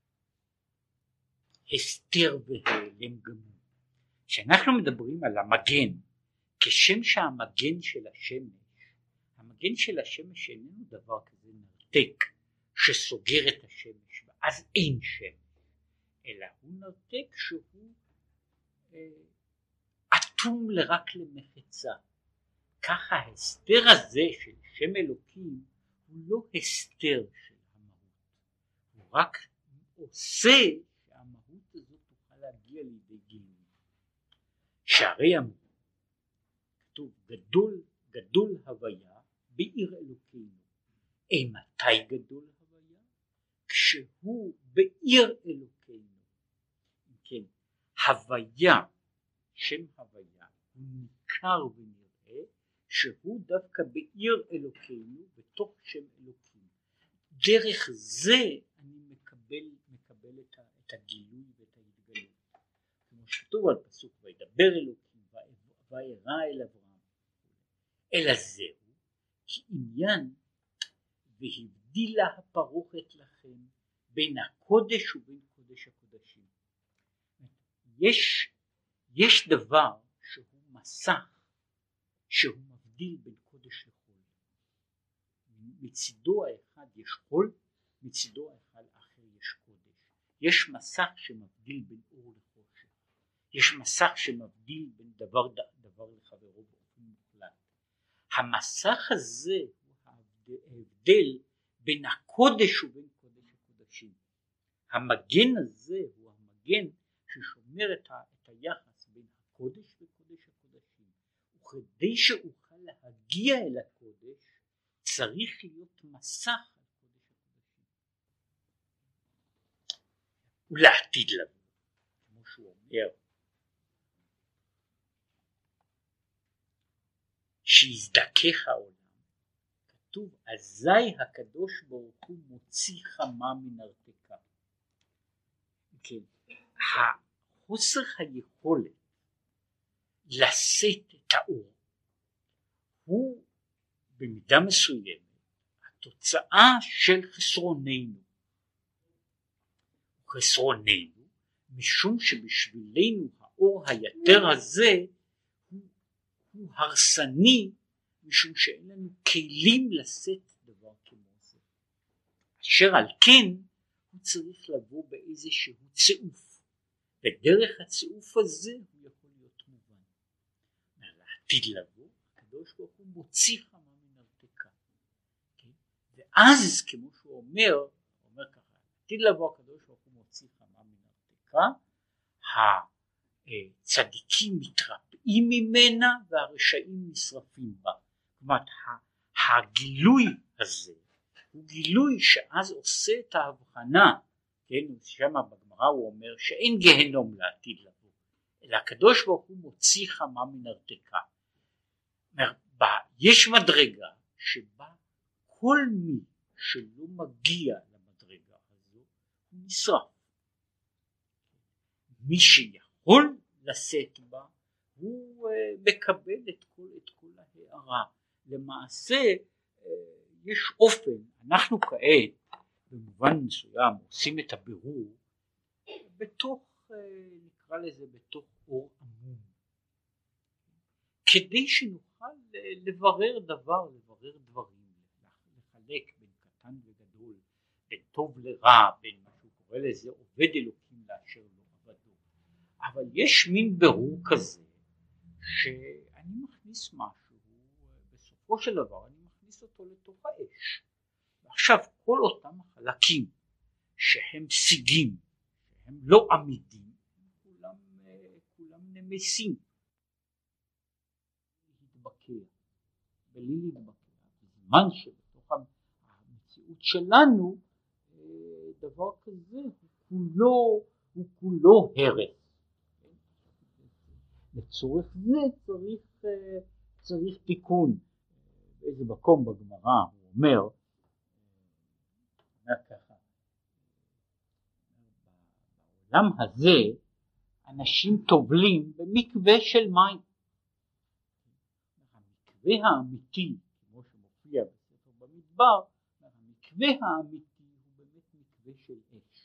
הסתר והיעלם גמור. כשאנחנו מדברים על המגן כשם שהמגן של השמש, המגן של השמש איננו דבר כזה נרתק שסוגר את השמש ואז אין שמש, אלא הוא נרתק שהוא אה, אטום רק למחצה. ככה ההסתר הזה של השם אלוקים הוא לא הסתר של המהות, הוא רק עושה שהמהות הזאת תוכל להגיע לידי גילוי. שהרי אמרו, כתוב גדול, גדול הוויה בעיר אלוקינו. אי מתי גדול הוויה? כשהוא בעיר אלוקינו. כן, הוויה, שם הוויה, הוא ניכר ונראה שהוא דווקא בעיר אלוקינו, בתוך שם אלוקים. דרך זה אני מקבל, מקבל את, ה, את הגילוי ואת ההתגלות. כמו שכתוב על פסוק וידבר אלוקים וירא אל אברהם. אלא זהו כי עניין והבדילה הפרוכת לכם בין הקודש ובין קודש הקודשים. יש, יש דבר שהוא מסך שהוא מבדיל בין קודש לחול. מצידו האחד יש חול, מצידו האחד האחר יש קודש. יש מסך שמבדיל בין אור לחושך. יש מסך שמבדיל בין דבר, דבר לחברו באופן מוחלט. המסך הזה הוא ההבדל בין הקודש ובין קודש הקודשים. המגן הזה הוא המגן ששומר את, ה, את היחס בין הקודש וקודש הקודשים. וכדי שאוכל להגיע אל הקודש צריך להיות מסך על קודש הקודשים. ולעתיד לבוא, כמו שהוא אומר, שיזדכך העולם, כתוב אזי הקדוש ברוך הוא מוציא חמה מן הרתקה. כן, החוסר היכולת לשאת את האור הוא במידה מסוימת התוצאה של חסרוננו. חסרוננו משום שבשבילנו האור היתר הזה הוא, הוא הרסני, משום שאין לנו כלים לשאת דבר כמו זה. אשר על כן הוא צריך לבוא באיזשהו צירוף, ודרך הצירוף הזה הוא יכול להיות מובן. לעתיד לבוא הקדוש ברוך הוא מוציא חמה מן הרתקה, כן? ואז כמו שהוא אומר, הוא אומר ככה, לעתיד לבוא הקדוש ברוך הוא מוציא חמה מן הרתקה, הצדיקים מתרפאים ממנה והרשעים נשרפים בה. כלומר הגילוי הזה הוא גילוי שאז עושה את ההבחנה, כן, שם בגמרא הוא אומר שאין גיהנום לעתיד לבוא, אלא הקדוש ברוך הוא מוציא חמה מן הרתקה. יש מדרגה שבה כל מי שלא מגיע למדרגה הזו הוא נשרף. מי שיכול לשאת בה הוא מקבל את כל, את כל ההערה. למעשה יש אופן, אנחנו כעת במובן מסוים עושים את הבירור בתוך, נקרא לזה בתוך אור עמום, כדי שנוכל לברר דבר, לברר דברים, לחלק בין קטן וגדול, בין טוב לרע, בין מה שהוא קורא לזה עובד אלוקים לאשר לא עבדו. אבל יש מין בירור כזה שאני מכניס משהו, בסופו של דבר אני מכניס אותו לתוך האש, ועכשיו כל אותם החלקים שהם סיגים, שהם לא עמידים, כולם, כולם נמסים. להתבקע, בלי להתבקע, בזמן שבתוך המציאות שלנו דבר כזה הוא כולו, הוא כולו הרס. לצורך זה צריך, צריך תיקון. באיזה מקום בגמרא הוא אומר, אומר ככה, בעולם הזה אנשים טובלים במקווה של מים. המקווה האמיתי, כמו שמופיע בספר במדבר, המקווה האמיתי הוא באמת מקווה של אש.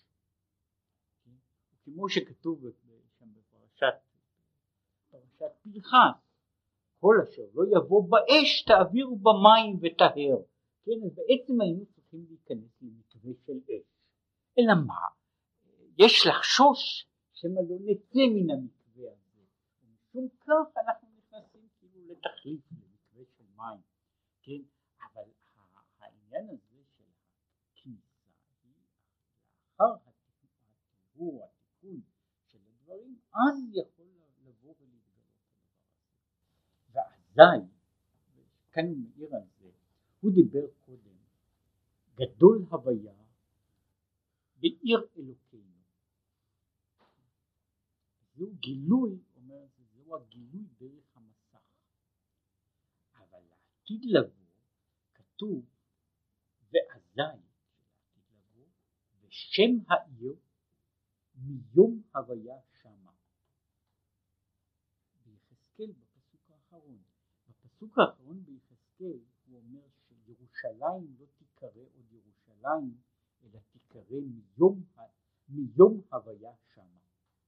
כמו שכתוב שם בפרשת פרשת פנחס, כל אשר לא יבוא באש תעבירו במים וטהר. כן, אז בעצם היינו צריכים להיכנס למקווה של אש. אלא מה? יש לחשוש שמא לא נצא מן המקווה הזה. ומשום כך אנחנו נכנסים כאילו לתחליף למקווה של מים. כן, אבל אז יכול לבוא ולהתגלות הדבר הזה. ואזי, כאן הוא מעיר על זה, הוא דיבר קודם, גדול הוויה בעיר אלוקינו. זהו גילוי, אומר זה, זהו הגילוי דרך המסך. אבל לעתיד לבוא, כתוב, ואזי, לעתיד לבוא, ושם העיר מיום הוויה שמה. ביחזקאל בפסוק האחרון. בפסוק האחרון ביחזקאל הוא אומר שירושלים לא תיקרא עוד ירושלים, אלא תיקרא מיום, מיום הוויה שמה.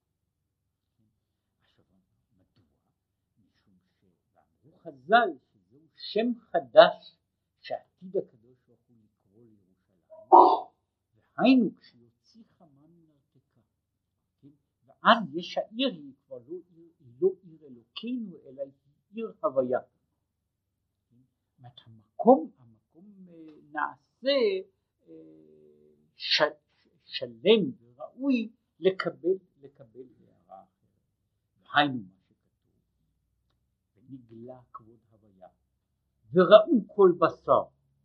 עכשיו, מדוע? משום שאמרו חז"ל שזהו שם חדש שעתיד הקדוש ברוך הוא לקרוא לירושלים, והיינו כשיוציא חמה מן הרתקה. ואז יש העיר, היא כבר לא עיר, היא לא עיר אלוקינו, אלא היא עיר הוויה. זאת המקום, המקום נעשה של, שלם וראוי לקבל, לקבל הערה אחרת. והיינו מה שכתוב, ונגלה כבוד הוויה, וראו כל בשר,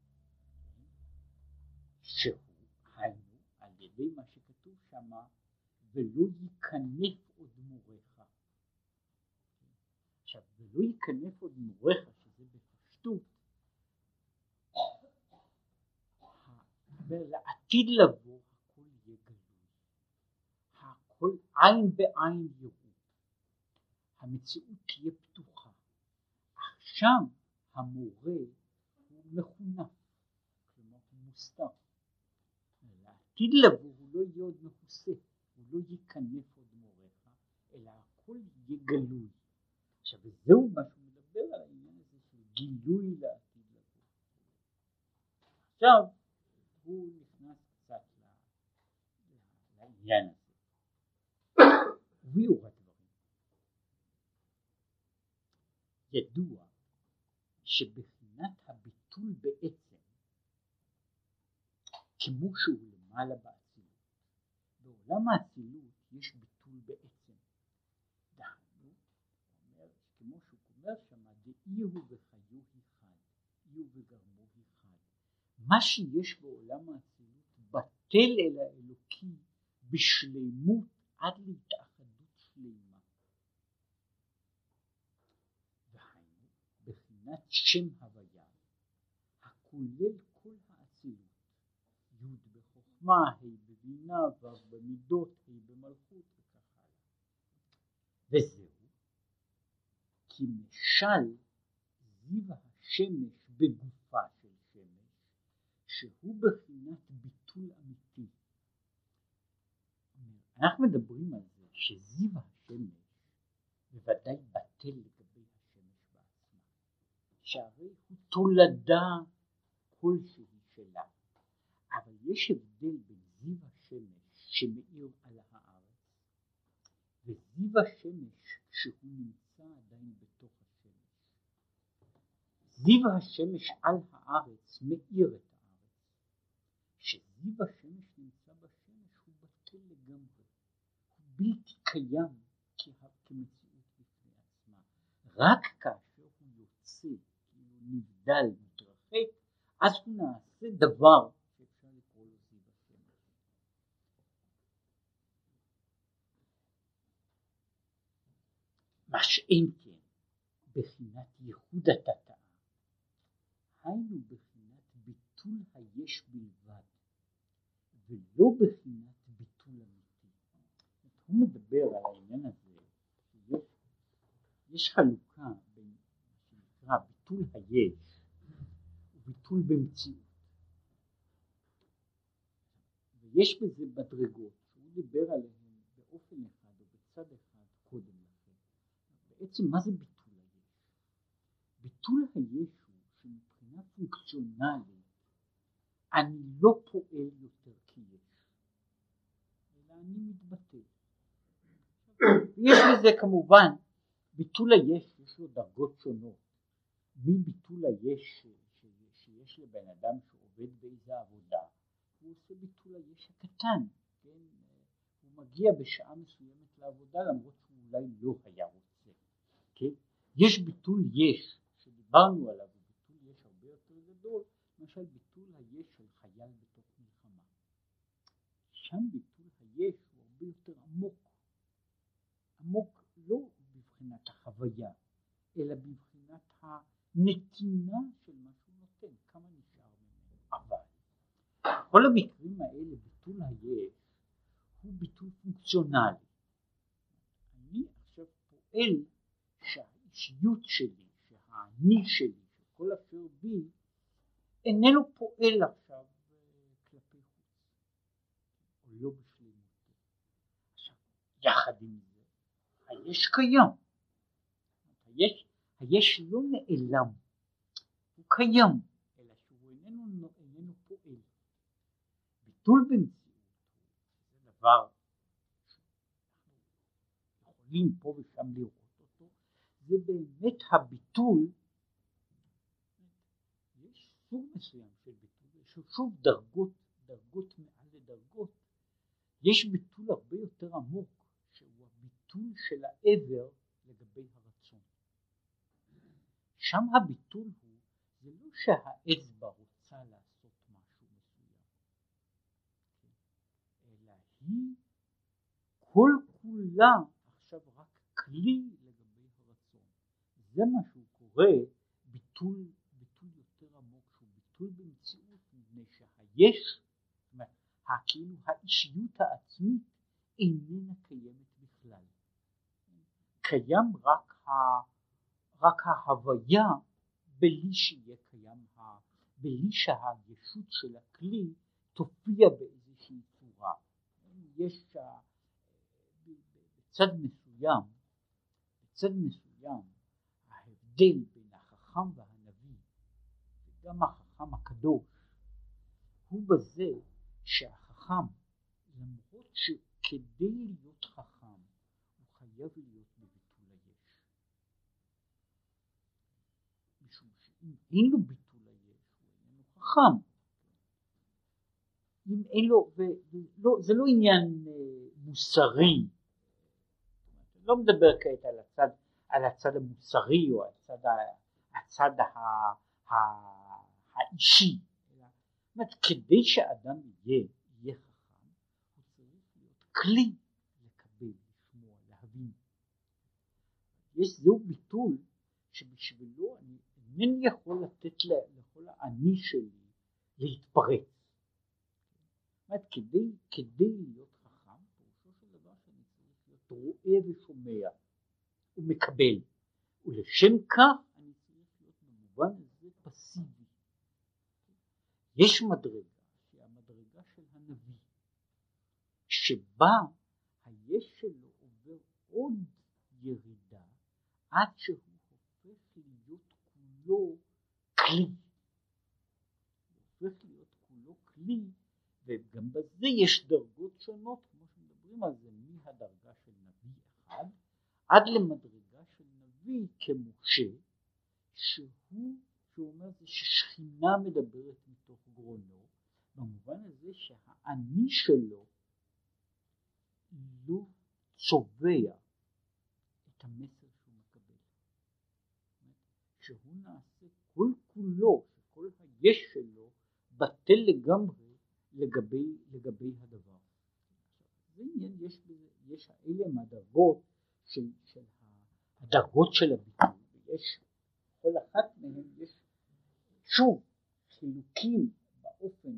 שהוא, היינו, על ידי מה שכתוב שמה, ולא ייכנף עוד מורך. עכשיו, ולא ייכנף עוד מורך, שזה בפשטות, ולעתיד לבוא הכל יהיה גלוי, הכל עין בעין יראו, המציאות תהיה פתוחה. עכשיו המורה הוא מכונף, כלומר הוא מוסתר. לעתיד לבוא הוא לא יהיה עוד מכוסה, הוא לא ייכנף עוד מורך, אלא הכל יהיה גלוי. עכשיו וזהו מה שהוא מדבר על העניין הזה של גילוי לעתיד לבוא. עכשיו הוא נכנס קצת לעניין הזה. וביאור הדברים. ידוע שבחינת הביטול בעצם, כמו שהוא למעלה באצילות, בעולם האצילות יש ביטול בעצם. דהיינו, אומר, כמו שהוא אומר שמה, דאיהו וחיו אחד, איהו וגרמו אחד. מה שיש בעולם האצילות בטל אל האלוקי בשלמות עד להתאחדות שלמה. והיינו בחינת שם הוויה הכולל כל האצילות, י' בחוכמה, ה' בבינה, ו' במידות, ה' במלכות וכך הלאה. וזהו כי משל זיו השמש בגופה של שמש, שהוא בחינת ביטול אמיתי. אנחנו מדברים על זה שזיו השמש בוודאי בטל לגבי השמש בעצמה, שהרי הוא תולדה כלשהי שלה, אבל יש הבדל בין זיו השמש שמאיר על הארץ וזיו השמש שהוא נמצא עדיין בתוך השמש. זיו השמש על הארץ מאיר את הארץ, שזיו השמש נמצא בשמש הוא בטל לגמרי, הוא בלתי קיים כמציאות בפני עצמה. רק כאשר הוא יוצא, כאילו נבדל, מתרחק, אז הוא נעשה דבר שאפשר לקרוא לו זיו השמש. מה שאין כן בחינת ייחוד התתאה, היינו בחינת ביטול היש בלבד, ולא בחינת ביטול אמיתי. הוא מדבר על העניין הזה שיש יש חלוקה בין מה שנקרא ביטול היש וביטול במציאות, ויש בזה מדרגות שהוא דיבר עליהן באופן אחד או בצד אחד קודם לכן. בעצם מה זה ביטול היש? ביטול היש הוא שמבחינה פונקציונלית אני לא פועל יותר כיש, אלא אני מתבטל. יש לזה כמובן, ביטול היש יש לו דרגות שונות. מביטול היש שיש לבן אדם שעובד באיזה עבודה, הוא עושה ביטול היש הקטן, כן? הוא מגיע בשעה מסוימת לעבודה למרות שהוא אולי לא היה רוצה, כן? יש ביטול יש שדיברנו עליו, ביטול יש הרבה יותר גדול, למשל ביטול היש של חייל בתוך מלחמה. שם ביטול היש הוא הרבה יותר עמוק, עמוק לא בבחינת החוויה, אלא בבחינת הנתינה של מה שהוא נותן, כמה נשאר ממנו. אבל כל המקרים האלה ביטול היש הוא ביטול פונקציונלי. אני עכשיו פועל שהאישיות שלי, שהאני שלי, שכל אשר בי, איננו פועל עכשיו כלפי חוץ, או לא בשלמותו. עכשיו, יחד עם זה, היש קיים. היש, היש לא נעלם, הוא קיים, אלא שהוא איננו, איננו פועל. ביטול במציאות זה דבר יכולים פה ושם לראות אותו, זה באמת הביטול. יש סוג מסוים של ביטול, יש שוב דרגות, דרגות מעל לדרגות. יש ביטול הרבה יותר עמוק, שהוא הביטול של העבר לגבי הרצון. שם הביטול הוא, זה לא שהאצבע רוצה לעשות משהו מסוים, אלא היא כל כולה עכשיו רק כלי לגבי הרצון. זה מה שהוא קורא ביטול, ביטול יותר עמוק, שהוא ביטול במציאות, מפני שהיש, כאילו האישיות העצמית איננה קיימת בכלל. קיים רק, ה, רק ההוויה בלי שיהיה קיים, ה, בלי שהישות של הכלי תופיע באיזושהי צורה. יש בצד מסוים, בצד מסוים, ההבדל בין החכם והנביא, וגם החכם הקדוש, הוא בזה שהחכם, למרות שכדי להיות חכם, הוא חייב להיות בביטול היש. משום שאם אין לו ביטול היש, הוא איננו חכם. אם אין לו, ולא, זה לא עניין מוסרי, אני לא מדבר כעת על הצד, על הצד המוסרי או הצד, הצד ה, ה, האישי. זאת אומרת, כדי שאדם יהיה, יהיה חכם, הוא צריך להיות כלי לקבל, לשמוע, להבין. יש זהו ביטול שבשבילו אני אינני יכול לתת לכל האני שלי להתפרץ. זאת אומרת, כדי, כדי להיות חכם, פירושו של דבר שאני צריך להיות רואה ושומע ומקבל. ולשם כך אני צריך להיות במובן הזה פסיבי. יש מדרגה, שהיא המדרגה של הנביא, שבה היש שלו עובר עוד ירידה, עד שהוא הופך להיות כולו כלי. הוא הופך להיות כולו כלי, וגם בזה יש דרגות שונות, כמו שמדברים על זה, מהדרגה של נביא אחד, עד למדרגה של נביא כמשה, שהוא, שהוא אומר זה ששכינה מדברת מתוך גרונו, במובן הזה שהאני שלו לא צובע את המסר שהוא מקבל. שהוא נעשה כל כולו, כל היש שלו, בטל לגמרי לגבי, לגבי הדבר. זה עניין, יש, יש האלה מהדרגות של, של הדרגות של הביטוי, ויש כל אחת מהן יש שוב חילוקים באופן,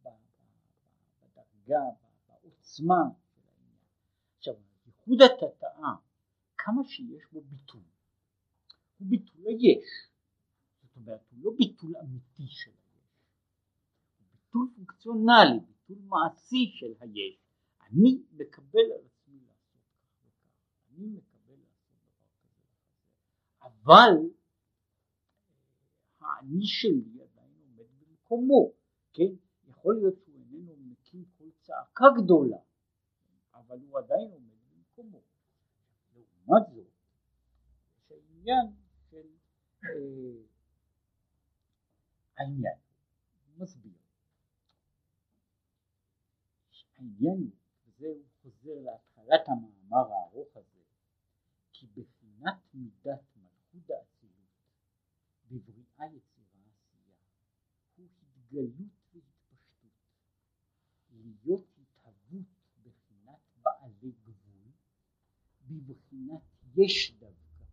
בדרגה, בעוצמה של העניין. עכשיו, ייחוד התתאה, כמה שיש בו ביטול, הוא ביטול היש. זאת אומרת, הוא לא ביטול אמיתי של היש, הוא ביטול פונקציונלי, ביטול מעשי של היש. אני מקבל על עצמי לעשות כך וכך, אני מקבל לעשות דבר כזה וכזה, אבל האני שלי עדיין עומד במקומו, כן? יכול להיות שהוא איננו מקים כל צעקה גדולה, אבל הוא עדיין עומד במקומו. לעומת זאת, יש העניין של אה, העניין, הוא מסביר. העניין הוא, וזה הוא חוזר להתחלת המאמר הארוך הזה, בחינת מידת מלכות האצילות בבריאה יצירה עשייה הוא התגלות והתפשטות, להיות התהוות בחינת בעלי גבול בבחינת יש דווקא.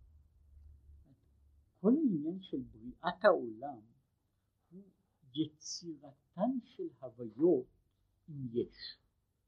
כל העניין של בריאת העולם הוא יצירתן של הוויות עם יש,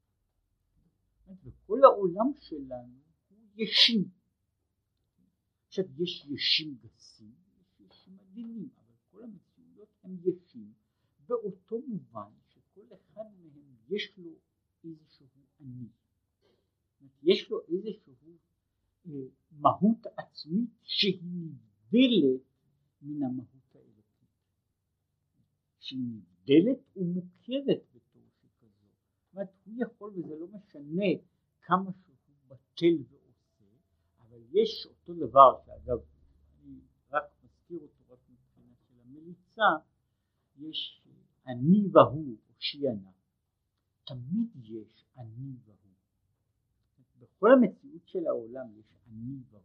וכל העולם שלנו הוא ישים. עכשיו יש ישים גסים, יש ישים עדינים, אבל כל המציאויות הם ישים, באותו מובן שכל אחד מהם יש לו איזשהו אני, יש לו איזשהו אה, מהות עצמית שהיא נבדלת מן המהות האלוקית, שהיא נבדלת ומוכרת בתור שכזו. זאת אומרת, הוא יכול, וזה לא משנה כמה שהוא בטל ועושה, אבל יש אותו דבר, שאגב אני רק מזכיר אותו רק מבחינה של המליצה, יש אני והוא הושיענה, תמיד יש אני והוא, בכל המציאות של העולם יש אני והוא.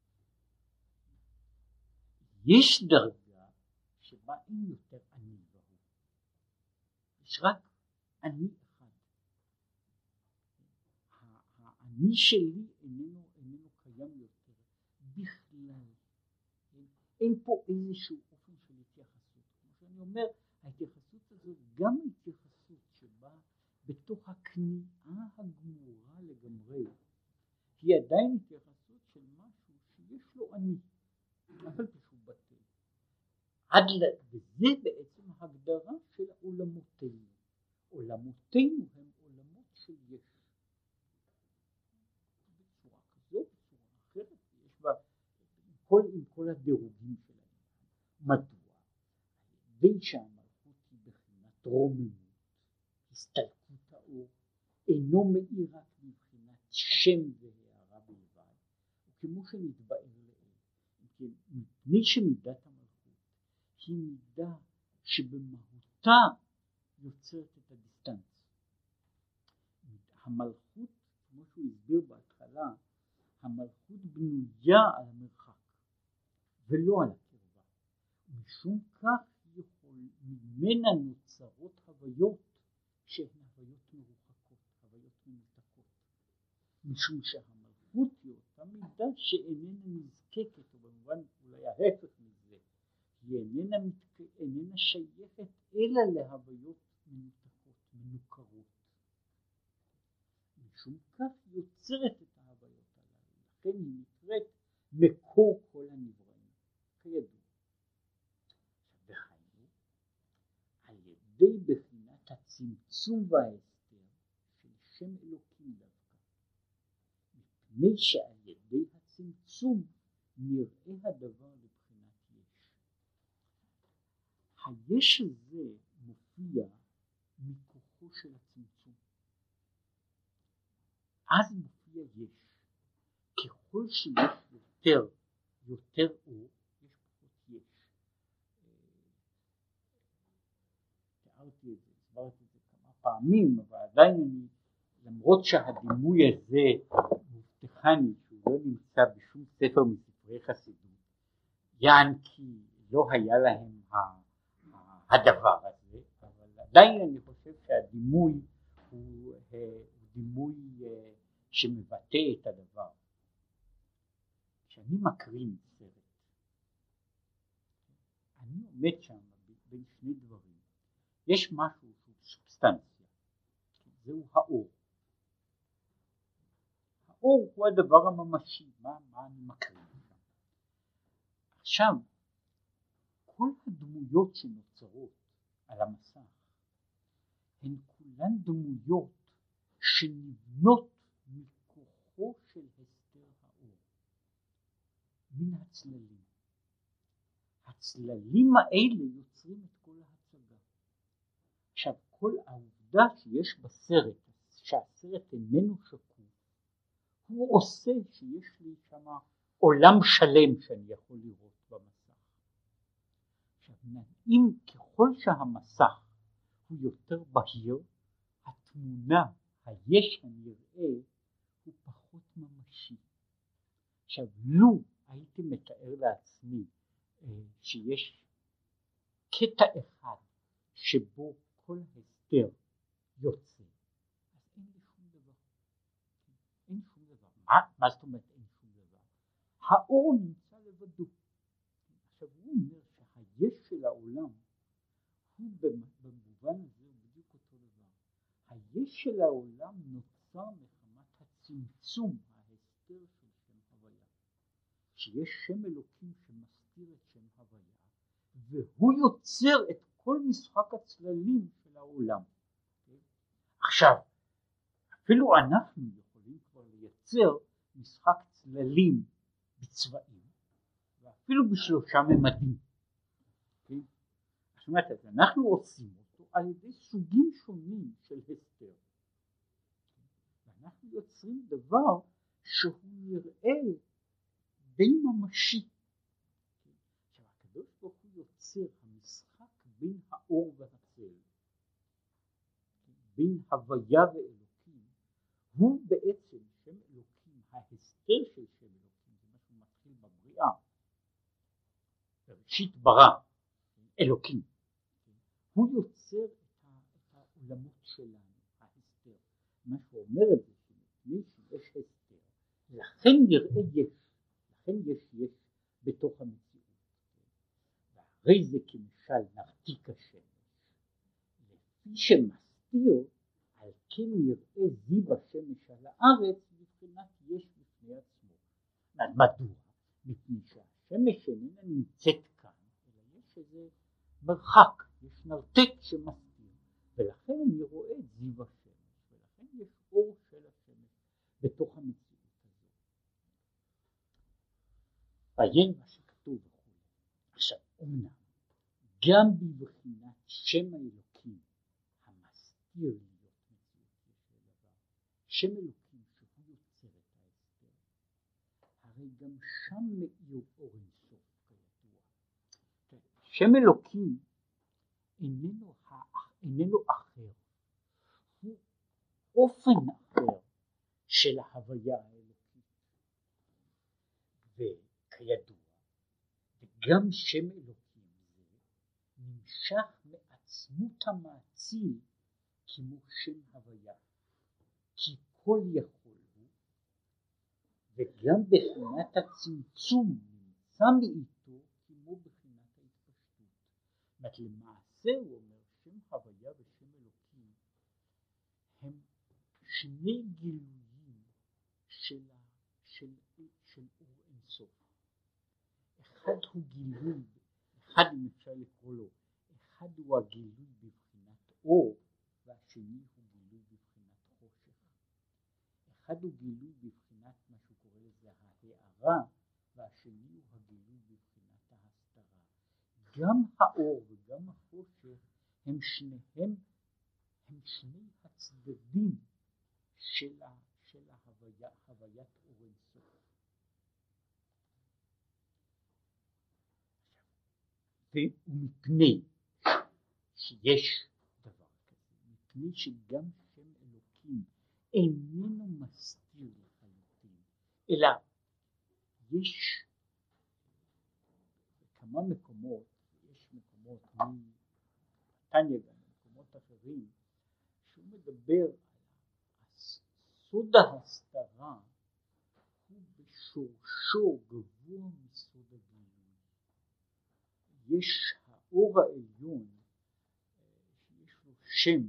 יש דרגה שבה אין יותר אני והוא, יש רק אני אחד. האני שלי איננו, איננו קיים יותר בכלל, אין פה איזשהו אופן של התייחסות. כמו שאני אומר, ההתייחסות הזאת גם התייחסות שבה בתוך הכניעה הגמורה לגמרי, היא עדיין התייחסות של משהו שיש לו אני, אבל פשוט בטל. עד לזה בעצם ההגדרה של עולמותינו. עולמותינו הם עולמות של יש. בצורה כזו, בצורה אחרת, יש בה כל, עם כל הדירוגים שלהם. מדוע? בין שהמלכות היא בחינת רוממות, הסתלקות האור, אינו מאיר רק מבחינת שם והערה בלבד, וכמו שנתבאר לעיל, מפני שמידת המלכות היא מידה שבמהותה יוצרת את הדיסטנציה. המלכות, כמו שהוא הסביר בהתחלה, המלכות בנויה על המרחק ולא על הקרבה, משום כך יכול, ממנה נוצרות הוויות שהן הוויות מרוחקות, הוויות מנותקות, משום שהמלכות היא אותה מידה שאיננה נזקקת, או במובן אולי ההפך מזה, היא איננה, איננה שייכת אלא להוויות מנותקות, מנוכרות, משום כך יוצרת את ההוויות הללו, לכן היא נקראת מקור כל הנבראים, כידוע. וחיינו על ידי בחינת הצמצום וההסתר של שם אלוקים דווקא, מפני שעל ידי הצמצום נראה הדבר לבחינת יש. היש הזה מופיע מכוחו של הצמצום, אז מופיע יש. ככל שיש יותר יותר אור, יש פחות יש. תיארתי את זה, הסברתי את זה כמה פעמים, אבל עדיין אני, למרות שהדימוי הזה מובטחני שהוא לא נמצא בשום ספר מספרי חסידות, יען כי לא היה להם הדבר הזה, אבל עדיין אני חושב שהדימוי הוא, הוא דימוי שמבטא את הדבר. כשאני מקרין סרט, אני עומד שם בין שני דברים. יש משהו שהוא סובסטנציה, זהו האור. האור הוא הדבר הממשי, מה, מה אני מקרין שם. עכשיו, כל הדמויות שנוצרות על המסך, הן כולן דמויות שנבנות מכוחו של הסתר האור, מן הצללים. הצללים האלה יוצרים את כל ההצגה. עכשיו, כל העובדה שיש בסרט, שהסרט איננו שקוף, הוא עושה שיש לי שם עולם שלם שאני יכול לראות במסך. עכשיו, אם ככל שהמסך הוא יותר בהיר, התמונה, היש הנראה, הוא פחות ממשי. עכשיו, לו הייתי מתאר לעצמי שיש קטע אחד שבו כל הסתר יוצא, אז אין לי שום דבר. אין שום דבר. מה, מה זאת אומרת אין שום דבר? האור נמצא לבדו. עכשיו הוא אומר שהיש של העולם הוא במובן הזה בדיוק אותו דבר. היש של העולם נוצר מחמת הצמצום, ההסתר של שם הוויה. שיש שם אלוקים שמסתיר את שם הוויה, והוא יוצר את כל משחק הצללים של העולם. עכשיו, אפילו אנחנו יכולים כבר לייצר משחק צללים בצבעים, ואפילו בשלושה ממדים. זאת אומרת, אנחנו עושים אותו על ידי סוגים שונים של הסתר. ואנחנו יוצרים דבר שהוא נראה די ממשי. עכשיו, הקדוש ברוך הוא יוצר המשחק בין האור והצל, בין הוויה ואלוקים, הוא בעצם שם אלוקים, ההסתר של שם אלוקים, זה מה שהוא מתחיל בבריאה. בראשית ברא אלוקים. הוא יוצר את העולמות שלנו, ההסתר. מה שאומר את זה, שמפני שיש הסתר, לכן נראה יש, לכן יש יש בתוך המציאות. והרי זה כמשל נרתיק השמש, לפי שמסתיר, על כן נראה זיו השמש על הארץ, מבחינת יש בפני עצמו. מדוע? מפני שהשמש איננה נמצאת כאן, אלא יש איזה מרחק, יש נרתק שמסתיר, ולכן אני רואה את זיו השמש, ולכן יש אור של השמש בתוך המציאות הזאת. ועיין מה שכתוב וכו'. עכשיו, אומנם, גם בבחינת שם האלוקים המסתיר להיות מציאות יש לדבר, שם אלוקים שהוא יוצר את ההסתר, הרי גם שם מאיר אור אינסוף כידוע. שם אלוקים איננו, איננו אחר, הוא אופן אחר של ההוויה האלוקית. וכידוע, וגם שם אלוקים זה נמשך מעצמות המאציל כמו שם הוויה, כי כל יכול הוא, וגם בחינת הצמצום נמצא מאיתו כמו בחינת ההתפשטות. זאת למעשה הוא אומר שם הוויה ושם אלוקים הם שני גילויים של, של, של אור אינסוף. אחד הוא גילוי, אחד אם אפשר לקרוא לו, אחד הוא הגילוי בבחינת אור, והשני הוא גילוי בבחינת חושך. אחד הוא גילוי בבחינת מה שהוא קורא לזה ההארה, והשני הוא הגילוי בבחינת ההסתרה. גם האור וגם החושך הם שניהם, הם שני הצדדים של, ה, של ההוויה, הוויית אור אינסוף. ומפני שיש דבר כזה, מפני שגם שם אלוקים איננו מסתיר לחלוטין, אלא יש בכמה מקומות, יש מקומות מתניא גם במקומות אחרים, שהוא מדבר על סוד ההסתרה הוא בשורשו גבוה מסוד הגילוי. יש האור העליון שיש לו שם,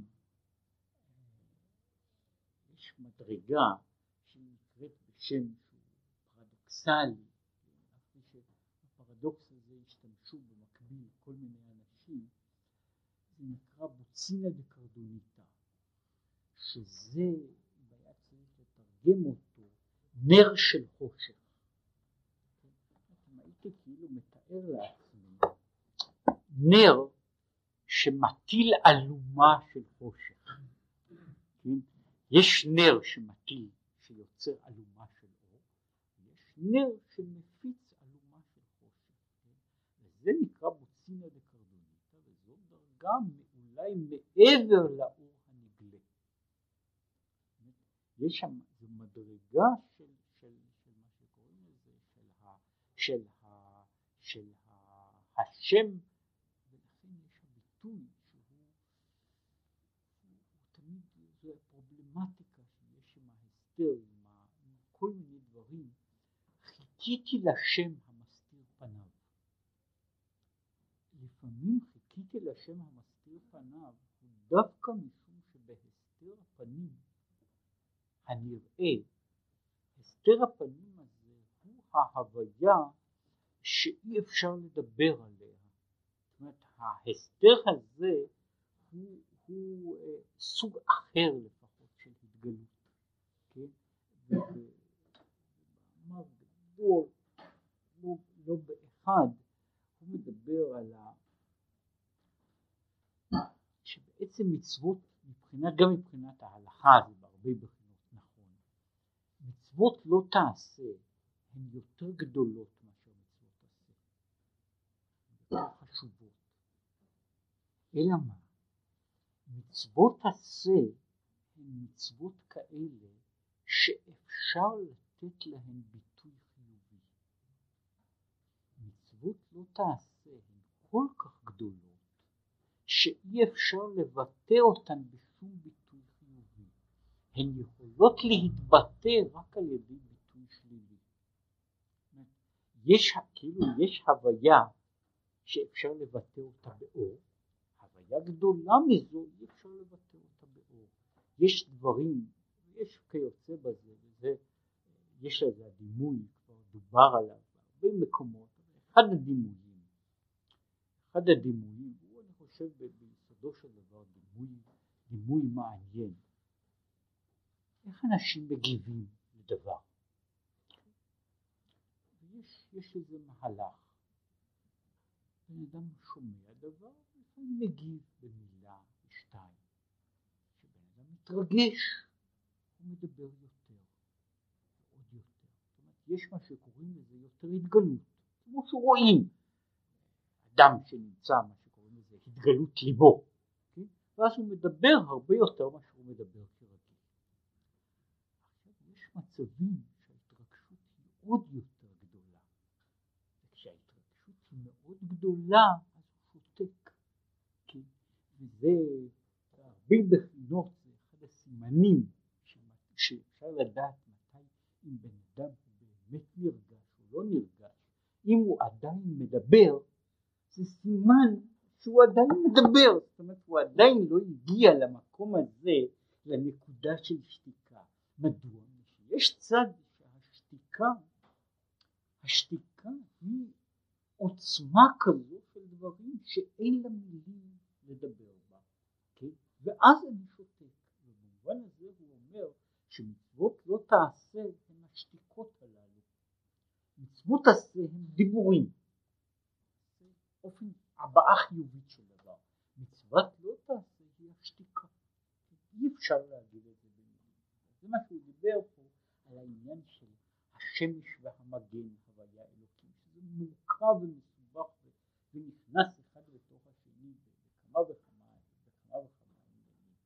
יש מדרגה שנקראת בשם שהוא פרדוקסלי, אחרי שהפרדוקס הזה השתמשו במקביל כל מיני אנשים, זה נקרא בוצינה דקרדוניטה, שזה היה צריך לתרגם אותו נר של חושך. אם הייתי כאילו מתאר לעצמי נר שמטיל אלומה של חושך, יש נר שמטיל, שיוצר אלומה של אור, יש נר שמפיץ אלומה של חושך, וזה נקרא בוצינה דקרדוניטה, וזו דרגה אולי מעבר לאור הנגלה. יש שם מדרגה של, של, של מה שקוראים לזה, של, ה, של, ה, של ה, השם, ולכן יש הביטוי שהוא הוא, הוא תמיד זו הפרובלמטיקה שיש עם ההסתר, עם, ה, עם כל מיני דברים. חיכיתי לשם המסתיר פניו. לפעמים חיכיתי לשם המסתיר פניו הוא דווקא משום שבהסתר הפנים הנראה, הסתר הפנים הזה הוא ההוויה שאי אפשר לדבר עליה. זאת אומרת, ההסתר הזה הוא, הוא אה, סוג אחר לפחות של התגלות, כן? ובמאמר גדול, לא, לא באחד, הוא מדבר על ה... שבעצם מצוות, מבחינת, גם מבחינת ההלכה, זה בהרבה בחינות נכון, מצוות לא תעשה הן יותר גדולות מאשר מצוות תעשה, יותר חשובות. אלא מה? מצוות תעשה הן מצוות כאלה שאפשר לתת להן ביטוי חיובי. מצוות לא תעשה הן כל כך גדולות שאי אפשר לבטא אותן בשום ביטוי חיובי. הן יכולות להתבטא רק על ידי ביטוי שלילי. יש, כאילו, יש הוויה שאפשר לבטא אותה באור, הוויה גדולה מזו אי אפשר לבטא אותה באור. יש דברים, יש כיוצא בזה, וזה, יש לזה הדימוי, כבר דובר עליו בהרבה מקומות, אחד הדימויים, אחד הדימויים, הוא אני חושב ביסודו של דבר דימוי, דימוי מעניין. איך אנשים מגיבים לדבר? יש, יש איזה מהלך. בן אדם שומע דבר, לפעמים מגיב במילה, בשתיים. כשבן אדם מתרגש, הוא מדבר יותר, עוד יותר. זאת אומרת, יש מה שקוראים לזה יותר התגלות. כמו שרואים, אדם שנמצא, מה שקוראים לזה, התגלות ליבו. כן? ואז הוא מדבר הרבה יותר מה שהוא מדבר כרגיל. עכשיו, יש מצבים שההתרגשות היא עוד יותר גדולה. וכשההתרגשות היא מאוד גדולה, אז הוא שותק. כן? וזה, הרבה בחינות, זה אחד הסימנים שאפשר לדעת מתי אם בן אדם הוא באמת נרגש או לא נרגש. אם הוא עדיין מדבר, זה סימן שהוא עדיין מדבר. זאת אומרת, הוא עדיין לא הגיע למקום הזה, לנקודה של שתיקה. מדוע? יש צד שהשתיקה, השתיקה היא עוצמה כזו של דברים שאין לה מילים לדבר בה. כן? ואז אני שותק. ובמובן הזה הוא אומר שמצוות לא תעשה הן השתיקות הללו. מצוות תעשה הן דיבורים. אופן הבעה חיובית של דבר. מצוות לא תעשה היא השתיקה. אי אפשר להגיד את זה במילים. זה מה שהוא דיבר פה על העניין של השמש והמגן, הוויה אלוקים, שזה מורכב ומסובך ונכנס אחד לתוך השני בכמה וכמה וכמה וכמה עניינים.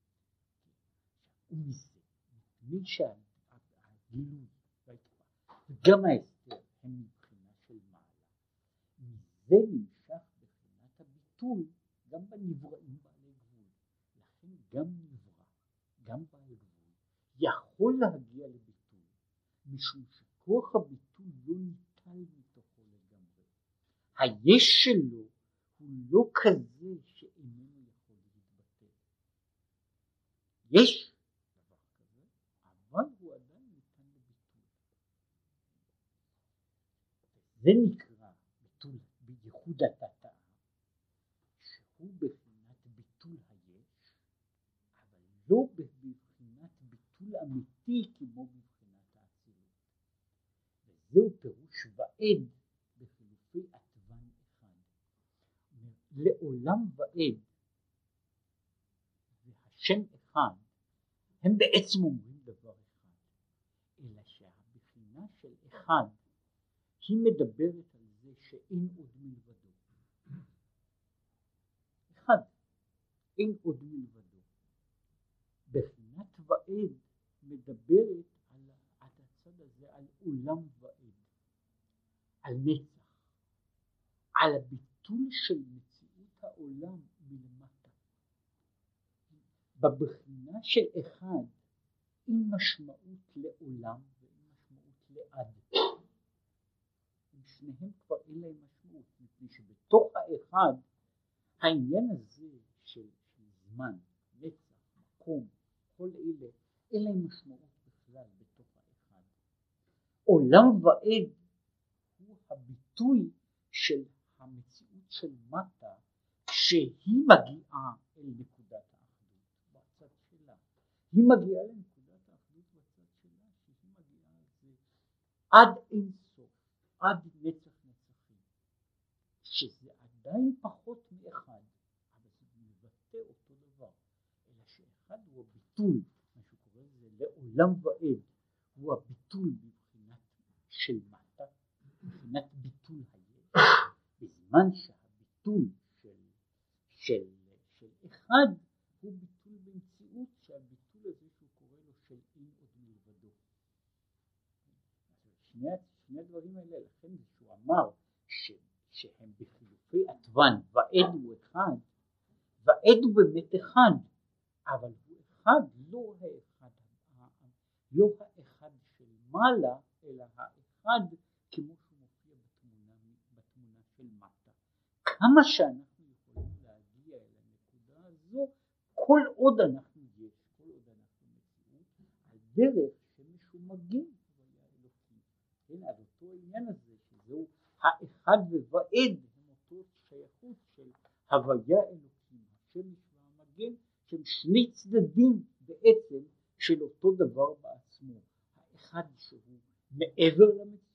ומזה, מפני שהגילוי וגם ההסתר הם מבחינה של מעלה. מזה נמשך בחינת הביטול גם בנבראים בעלי גבול. לכן גם נברא, גם בעל גבול, יכול להגיע לביטול, משום שכוח הביטול לא ניטל מתוכו לגמרי. היש שלו הוא לא כזה שאיננו יכול להתבטא. יש דבר כזה, אבל הוא עדיין ניתן לביטול. זה נקרא ביטול בייחוד התתאה, שהוא בבחינת ביטול היש, אבל לא בבחינת ביטול אמיתי כמו בבחינת האצילות. וזהו פירוש ועד בחילופי עטבן אחד. לעולם ועד והשם אחד הם בעצם אומרים דבר אחד, אלא שהבחינה של אחד היא מדברת על זה שאין עוד מלבדו. אחד, אין עוד מלבדו. בחינת ועד מדברת על הצד הזה, על עולם ועד. על נצח, על הביטול של מציאות העולם מלמטה, בבחינה של אחד עם משמעות לעולם ועם משמעות לעד. שניהם כבר אין להם משמעות, מפני שבתוך האחד העניין הזה של, של זמן, נצח, מקום, כל אלה, אין להם משמעות בכלל בתוך האחד. עולם ועד הוא הביטוי של המציאות של מטה, שהיא מגיעה אל נקודת האחדות בצד שלה. היא מגיעה לנקודת האחדות בצד שלה, שהיא מגיעה לזה עד אין סוף, עד נצח נצחים, שזה עדיין פחות מאחד, אבל זה מבטא אותו דבר, אלא שאחד הוא הביטול, מה שקורא לזה לעולם ועד, הוא הביטול מבחינת של מטה, מבחינת ביטול היש, בזמן שהביטול של, של, של אחד הוא ביטול במציאות, שהביטול הזה שהוא קורא לו של אין עוד מלבדו. שני, שני הדברים האלה, לכן שהוא אמר ש, שהם בחילופי עטוון, ועד הוא אחד, ועד הוא באמת אחד, אבל הוא אחד, לא האחד, לא האחד של מעלה, אלא האחד כמו שהוא מופיע בתמונה, בתמונה של מטה. כמה שאנחנו יכולים להגיע אל הנקודה הזו, כל עוד אנחנו יש, כל עוד אנחנו מציאות, על דרך שמישהו מגן חוויה אלוקית. כן, על אותו העניין הזה, שזהו האחד וועד, הם אותו שייכות של הוויה אלוקית, השמש והמגן, שהם שני צדדים בעצם של אותו דבר בעצמו. האחד שהוא מעבר למציאות,